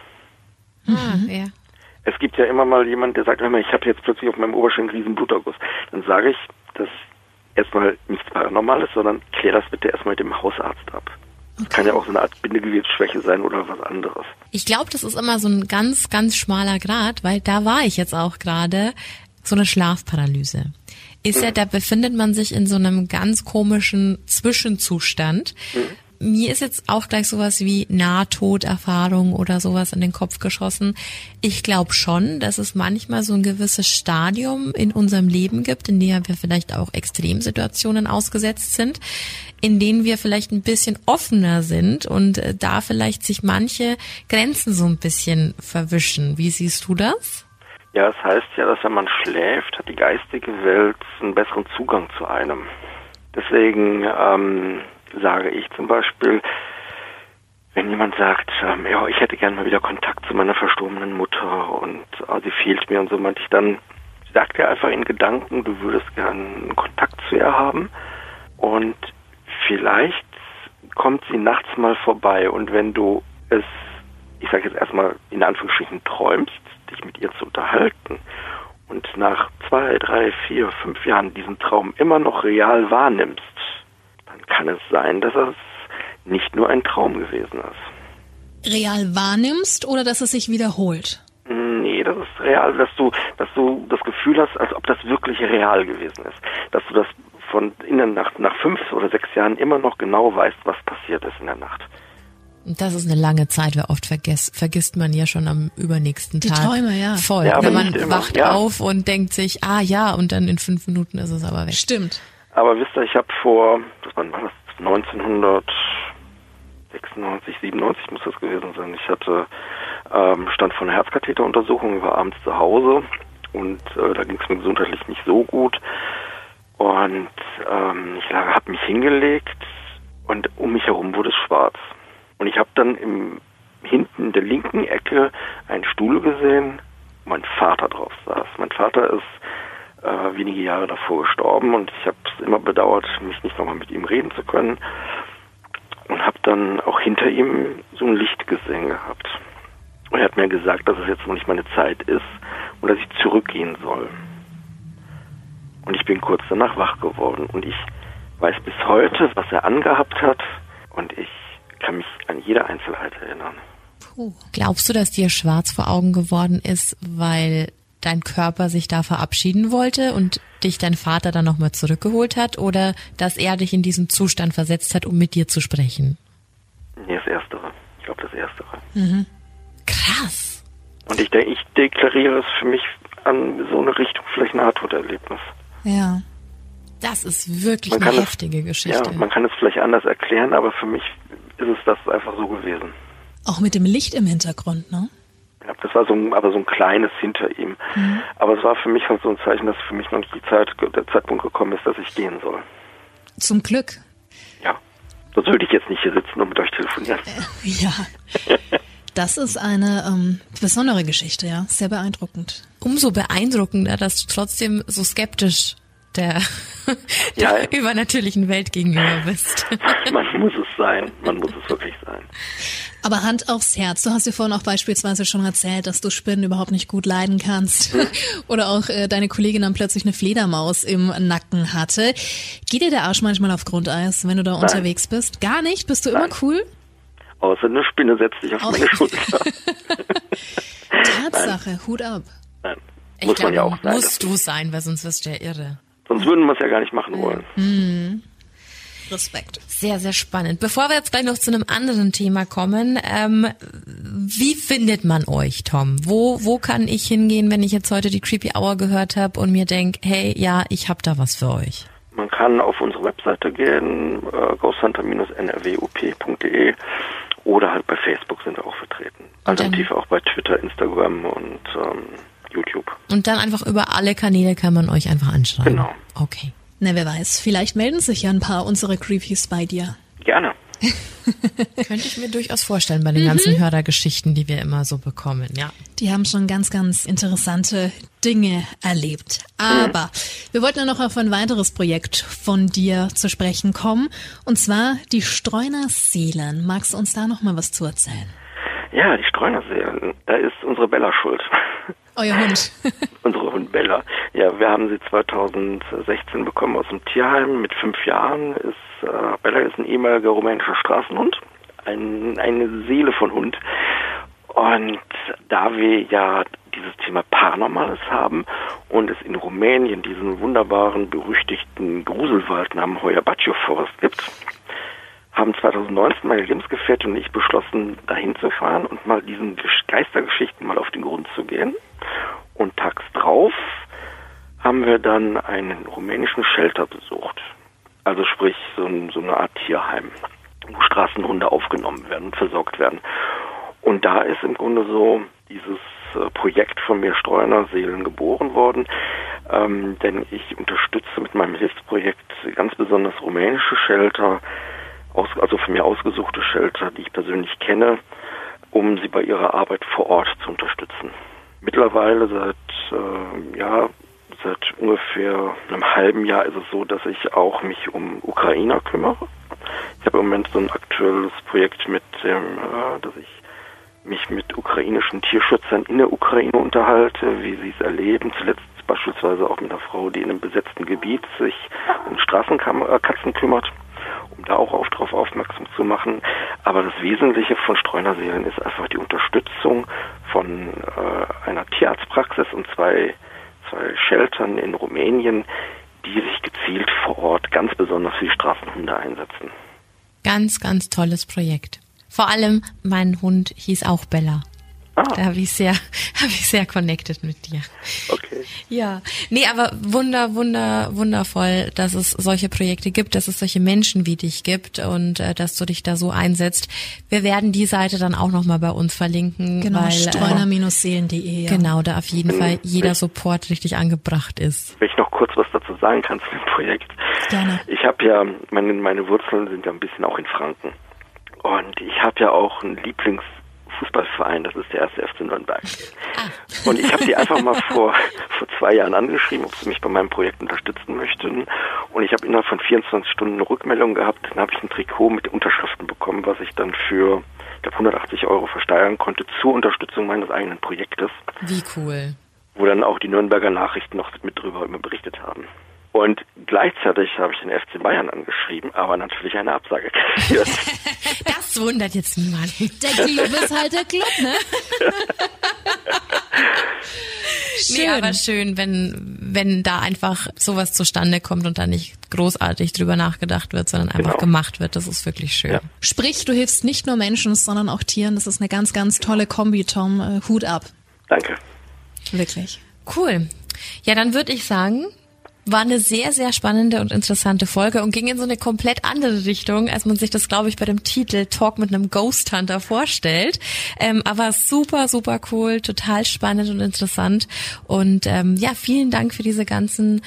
Ja. Es gibt ja immer mal jemand, der sagt, ich habe jetzt plötzlich auf meinem Oberschenkel diesen Bluterguss. Dann sage ich, das ist erstmal nichts Paranormales, sondern klär das bitte erstmal mit dem Hausarzt ab. Okay. Kann ja auch so eine Art Bindegewebsschwäche sein oder was anderes. Ich glaube, das ist immer so ein ganz, ganz schmaler Grat, weil da war ich jetzt auch gerade, so eine Schlafparalyse. Da befindet man sich in so einem ganz komischen Zwischenzustand. Mir ist jetzt auch gleich sowas wie Nahtoderfahrung oder sowas in den Kopf geschossen. Ich glaube schon, dass es manchmal so ein gewisses Stadium in unserem Leben gibt, in dem wir vielleicht auch Extremsituationen ausgesetzt sind, in denen wir vielleicht ein bisschen offener sind und da vielleicht sich manche Grenzen so ein bisschen verwischen. Wie siehst du das? Ja, das heißt ja, dass wenn man schläft, hat die geistige Welt einen besseren Zugang zu einem. Deswegen sage ich zum Beispiel, wenn jemand sagt, ich hätte gerne mal wieder Kontakt zu meiner verstorbenen Mutter und sie fehlt mir und so, meinte ich dann, sagt dir einfach in Gedanken, du würdest gerne einen Kontakt zu ihr haben und vielleicht kommt sie nachts mal vorbei und wenn du es, ich sage jetzt erstmal in Anführungsstrichen, träumst, dich mit ihr zu unterhalten und nach 2, 3, 4, 5 Jahren diesen Traum immer noch real wahrnimmst, dann kann es sein, dass es nicht nur ein Traum gewesen ist. Real wahrnimmst oder dass es sich wiederholt? Nee, das ist real, dass du das Gefühl hast, als ob das wirklich real gewesen ist. Dass du das von innen nach 5 oder 6 Jahren immer noch genau weißt, was passiert ist in der Nacht. Das ist eine lange Zeit, weil oft vergisst man ja schon am übernächsten Tag. Die Träume, ja. Voll. Ja, wenn man immer, wacht auf und denkt sich, ja, und dann in 5 Minuten ist es aber weg. Stimmt. Aber wisst ihr, ich habe wann war das? 1996, 97 muss das gewesen sein. Ich hatte stand vor einer Herzkatheteruntersuchung, war abends zu Hause und da ging es mir gesundheitlich nicht so gut. Und ich habe mich hingelegt und um mich herum wurde es schwarz. Und ich habe dann hinten in der linken Ecke einen Stuhl gesehen, wo mein Vater drauf saß. Mein Vater ist wenige Jahre davor gestorben und ich habe es immer bedauert, mich nicht nochmal mit ihm reden zu können. Und habe dann auch hinter ihm so ein Licht gesehen gehabt. Und er hat mir gesagt, dass es jetzt noch nicht meine Zeit ist und dass ich zurückgehen soll. Und ich bin kurz danach wach geworden und ich weiß bis heute, was er angehabt hat und ich kann mich an jede Einzelheit erinnern. Puh. Glaubst du, dass dir schwarz vor Augen geworden ist, weil dein Körper sich da verabschieden wollte und dich dein Vater dann nochmal zurückgeholt hat oder dass er dich in diesen Zustand versetzt hat, um mit dir zu sprechen? Nee, das Erstere. Ich glaube, das Erstere. Mhm. Krass. Und ich deklariere es für mich an so eine Richtung, vielleicht ein Nahtoderlebnis. Ja. Das ist wirklich eine heftige Geschichte. Ja, man kann es vielleicht anders erklären, aber für mich ist es das einfach so gewesen. Auch mit dem Licht im Hintergrund, ne? Ja, das war so ein kleines hinter ihm. Mhm. Aber es war für mich halt so ein Zeichen, dass für mich noch nicht der Zeitpunkt gekommen ist, dass ich gehen soll. Zum Glück. Ja. Sonst würde ich jetzt nicht hier sitzen und mit euch telefonieren. Ja. Das ist eine besondere Geschichte, ja. Sehr beeindruckend. Umso beeindruckender, dass du trotzdem so skeptisch der übernatürlichen Welt gegenüber bist. Man muss es sein. Man muss es wirklich sein. Aber Hand aufs Herz. Du hast dir vorhin auch beispielsweise schon erzählt, dass du Spinnen überhaupt nicht gut leiden kannst. Oder auch deine Kollegin dann plötzlich eine Fledermaus im Nacken hatte. Geht dir der Arsch manchmal auf Grundeis, wenn du da unterwegs bist? Gar nicht? Bist du immer cool? Außer eine Spinne setzt sich auf meine Schulter. Tatsache, Nein. Hut ab. Nein. Muss man ja auch sein. Musst du sein, weil sonst wirst du ja irre. Sonst würden wir es ja gar nicht machen wollen. Mhm. Respekt. Sehr, sehr spannend. Bevor wir jetzt gleich noch zu einem anderen Thema kommen, wie findet man euch, Tom? Wo kann ich hingehen, wenn ich jetzt heute die Creepy Hour gehört habe und mir denke, hey, ja, ich habe da was für euch? Man kann auf unsere Webseite gehen, ghosthunter-nwup.de oder halt bei Facebook sind wir auch vertreten. Alternativ auch bei Twitter, Instagram und YouTube. Und dann einfach über alle Kanäle kann man euch einfach anschreiben? Genau. Okay. Na, wer weiß, vielleicht melden sich ja ein paar unserer Creepies bei dir. Gerne. Könnte ich mir durchaus vorstellen bei den ganzen Hörergeschichten, die wir immer so bekommen, ja. Die haben schon ganz, ganz interessante Dinge erlebt. Aber wir wollten ja noch auf ein weiteres Projekt von dir zu sprechen kommen. Und zwar die Streunerseelen. Magst du uns da noch mal was zu erzählen? Ja, die Streunerseelen. Da ist unsere Bella schuld. Euer Hund. Unsere Hund Bella. Ja, wir haben sie 2016 bekommen aus dem Tierheim. Mit 5 Jahren Bella ist ein ehemaliger rumänischer Straßenhund. Eine Seele von Hund. Und da wir ja dieses Thema Paranormales haben und es in Rumänien diesen wunderbaren, berüchtigten Gruselwald namens Hoia Baciu Forest gibt, haben 2019 meine Lebensgefährtin und ich beschlossen, dahin zu fahren und mal diesen Geistergeschichten mal auf den Grund zu gehen. Und tags drauf haben wir dann einen rumänischen Shelter besucht. Also sprich so eine Art Tierheim, wo Straßenhunde aufgenommen werden und versorgt werden. Und da ist im Grunde so dieses Projekt von mir Streunerseelen geboren worden, denn ich unterstütze mit meinem Hilfsprojekt ganz besonders rumänische Shelter, also von mir ausgesuchte Shelter, die ich persönlich kenne, um sie bei ihrer Arbeit vor Ort zu unterstützen. Mittlerweile seit seit ungefähr einem halben Jahr ist es so, dass ich auch mich um Ukrainer kümmere. Ich habe im Moment so ein aktuelles Projekt mit dem, dass ich mich mit ukrainischen Tierschützern in der Ukraine unterhalte, wie sie es erleben. Zuletzt beispielsweise auch mit einer Frau, die in einem besetzten Gebiet sich um Straßenkatzen kümmert, um da auch darauf aufmerksam zu machen. Aber das Wesentliche von Streunerseelen ist einfach die Unterstützung von einer Tierarztpraxis und zwei Sheltern in Rumänien, die sich gezielt vor Ort ganz besonders für die Straßenhunde einsetzen. Ganz, ganz tolles Projekt. Vor allem, mein Hund hieß auch Bella. Da habe ich sehr connected mit dir. Okay. Ja, nee, aber wundervoll, dass es solche Projekte gibt, dass es solche Menschen wie dich gibt und dass du dich da so einsetzt. Wir werden die Seite dann auch nochmal bei uns verlinken. Genau, weil, streuner-seelen.de. Ja. Genau, da auf jeden Fall jeder Support richtig angebracht ist. Wenn ich noch kurz was dazu sagen kann zu dem Projekt. Gerne. Ich habe ja, meine Wurzeln sind ja ein bisschen auch in Franken. Und ich habe ja auch einen Lieblingsfußballverein, das ist der 1. FC Nürnberg. Und ich habe die einfach mal vor 2 Jahren angeschrieben, ob sie mich bei meinem Projekt unterstützen möchten. Und ich habe innerhalb von 24 Stunden eine Rückmeldung gehabt. Dann habe ich ein Trikot mit Unterschriften bekommen, was ich dann für, ich glaube, 180 € versteigern konnte zur Unterstützung meines eigenen Projektes. Wie cool. Wo dann auch die Nürnberger Nachrichten noch mit drüber berichtet haben. Und gleichzeitig habe ich den FC Bayern angeschrieben, aber natürlich eine Absage kassiert. Das wundert jetzt niemanden. Der Club ist halt der Club, ne? Nee, aber schön, wenn da einfach sowas zustande kommt und da nicht großartig drüber nachgedacht wird, sondern einfach gemacht wird. Das ist wirklich schön. Ja. Sprich, du hilfst nicht nur Menschen, sondern auch Tieren. Das ist eine ganz, ganz tolle Kombi, Tom. Hut ab. Danke. Wirklich. Cool. Ja, dann würde ich sagen, war eine sehr, sehr spannende und interessante Folge und ging in so eine komplett andere Richtung, als man sich das, glaube ich, bei dem Titel Talk mit einem Ghost Hunter vorstellt. Aber super, super cool, total spannend und interessant. Und ja, vielen Dank für diese ganzen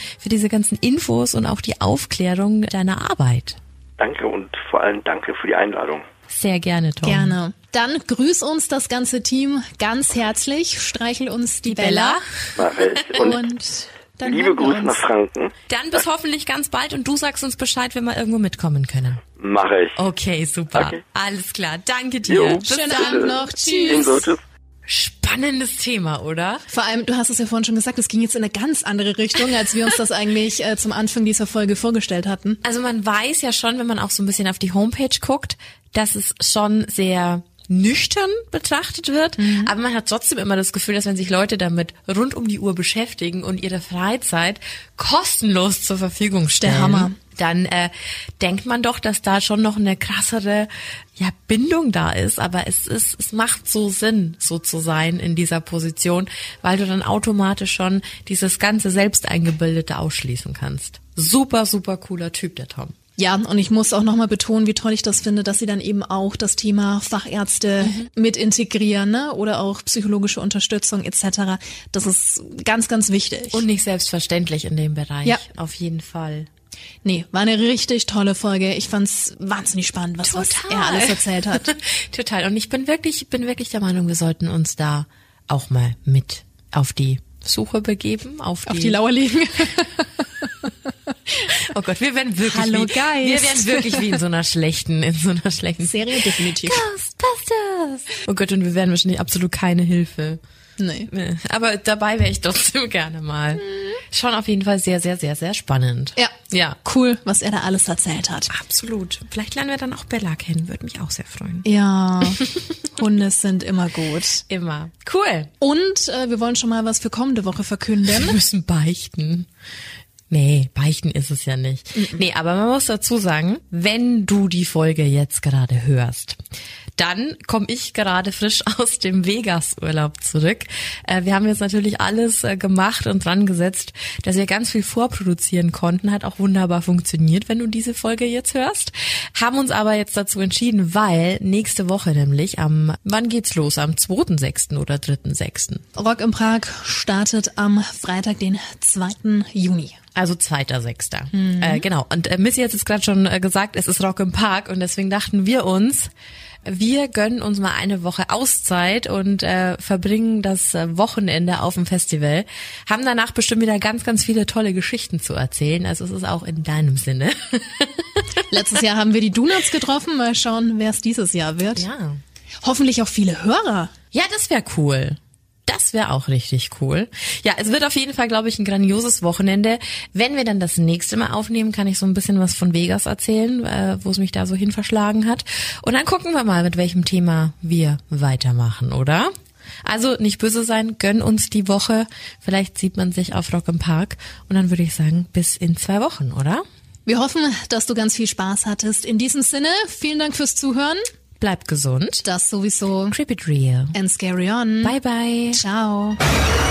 Infos und auch die Aufklärung deiner Arbeit. Danke und vor allem danke für die Einladung. Sehr gerne, Tom. Gerne. Dann grüß uns das ganze Team ganz herzlich, streichel uns die Bella. Mach ich. Und dann liebe Grüße nach Franken. Dann bis hoffentlich ganz bald und du sagst uns Bescheid, wenn wir irgendwo mitkommen können. Mache ich. Okay, super. Okay. Alles klar. Danke dir. Jo. Schönen Abend noch. Tschüss. Tschüss. Spannendes Thema, oder? Vor allem, du hast es ja vorhin schon gesagt, es ging jetzt in eine ganz andere Richtung, als wir uns das eigentlich zum Anfang dieser Folge vorgestellt hatten. Also man weiß ja schon, wenn man auch so ein bisschen auf die Homepage guckt, dass es schon sehr nüchtern betrachtet wird, aber man hat trotzdem immer das Gefühl, dass wenn sich Leute damit rund um die Uhr beschäftigen und ihre Freizeit kostenlos zur Verfügung stellen, der Hammer, dann denkt man doch, dass da schon noch eine krassere Bindung da ist, aber es macht so Sinn, so zu sein in dieser Position, weil du dann automatisch schon dieses ganze Selbsteingebildete ausschließen kannst. Super, super cooler Typ, der Tom. Ja, und ich muss auch nochmal betonen, wie toll ich das finde, dass sie dann eben auch das Thema Fachärzte mit integrieren, ne? Oder auch psychologische Unterstützung etc. Das ist ganz, ganz wichtig. Und nicht selbstverständlich in dem Bereich, ja. Auf jeden Fall. Nee, war eine richtig tolle Folge. Ich fand's wahnsinnig spannend, was er alles erzählt hat. Total. Und ich bin wirklich der Meinung, wir sollten uns da auch mal mit auf die Suche begeben, auf die Lauer legen. Oh Gott, wir werden wirklich wie in so einer schlechten Serie, definitiv. Ghostbusters. Oh Gott, und wir werden wahrscheinlich absolut keine Hilfe. Nee. Aber dabei wäre ich trotzdem gerne mal. Schon auf jeden Fall sehr, sehr, sehr, sehr spannend. Ja. Cool, was er da alles erzählt hat. Absolut. Vielleicht lernen wir dann auch Bella kennen, würde mich auch sehr freuen. Ja, Hunde sind immer gut. Immer. Cool. Und wir wollen schon mal was für kommende Woche verkünden. Wir müssen beichten. Nee, beichten ist es ja nicht. Nee, aber man muss dazu sagen, wenn du die Folge jetzt gerade hörst, dann komme ich gerade frisch aus dem Vegas-Urlaub zurück. Wir haben jetzt natürlich alles gemacht und dran gesetzt, dass wir ganz viel vorproduzieren konnten. Hat auch wunderbar funktioniert, wenn du diese Folge jetzt hörst. Haben uns aber jetzt dazu entschieden, weil nächste Woche nämlich wann geht's los? Am 2.6. oder 3.6.? Rock im Prag startet am Freitag, den 2. Juni. Also 2.6. Genau. Und Missy hat es gerade schon gesagt, es ist Rock im Park und deswegen dachten wir uns, Wir gönnen uns mal eine Woche Auszeit und verbringen das Wochenende auf dem Festival. Haben danach bestimmt wieder ganz, ganz viele tolle Geschichten zu erzählen. Also es ist auch in deinem Sinne. Letztes Jahr haben wir die Donuts getroffen. Mal schauen, wer es dieses Jahr wird. Ja. Hoffentlich auch viele Hörer. Ja, das wäre cool. Das wäre auch richtig cool. Ja, es wird auf jeden Fall, glaube ich, ein grandioses Wochenende. Wenn wir dann das nächste Mal aufnehmen, kann ich so ein bisschen was von Vegas erzählen, wo es mich da so hin verschlagen hat. Und dann gucken wir mal, mit welchem Thema wir weitermachen, oder? Also nicht böse sein, gönn uns die Woche. Vielleicht sieht man sich auf Rock im Park. Und dann würde ich sagen, bis in 2 Wochen, oder? Wir hoffen, dass du ganz viel Spaß hattest. In diesem Sinne, vielen Dank fürs Zuhören. Bleibt gesund. Das sowieso. Keep it real. And scary on. Bye, bye. Ciao.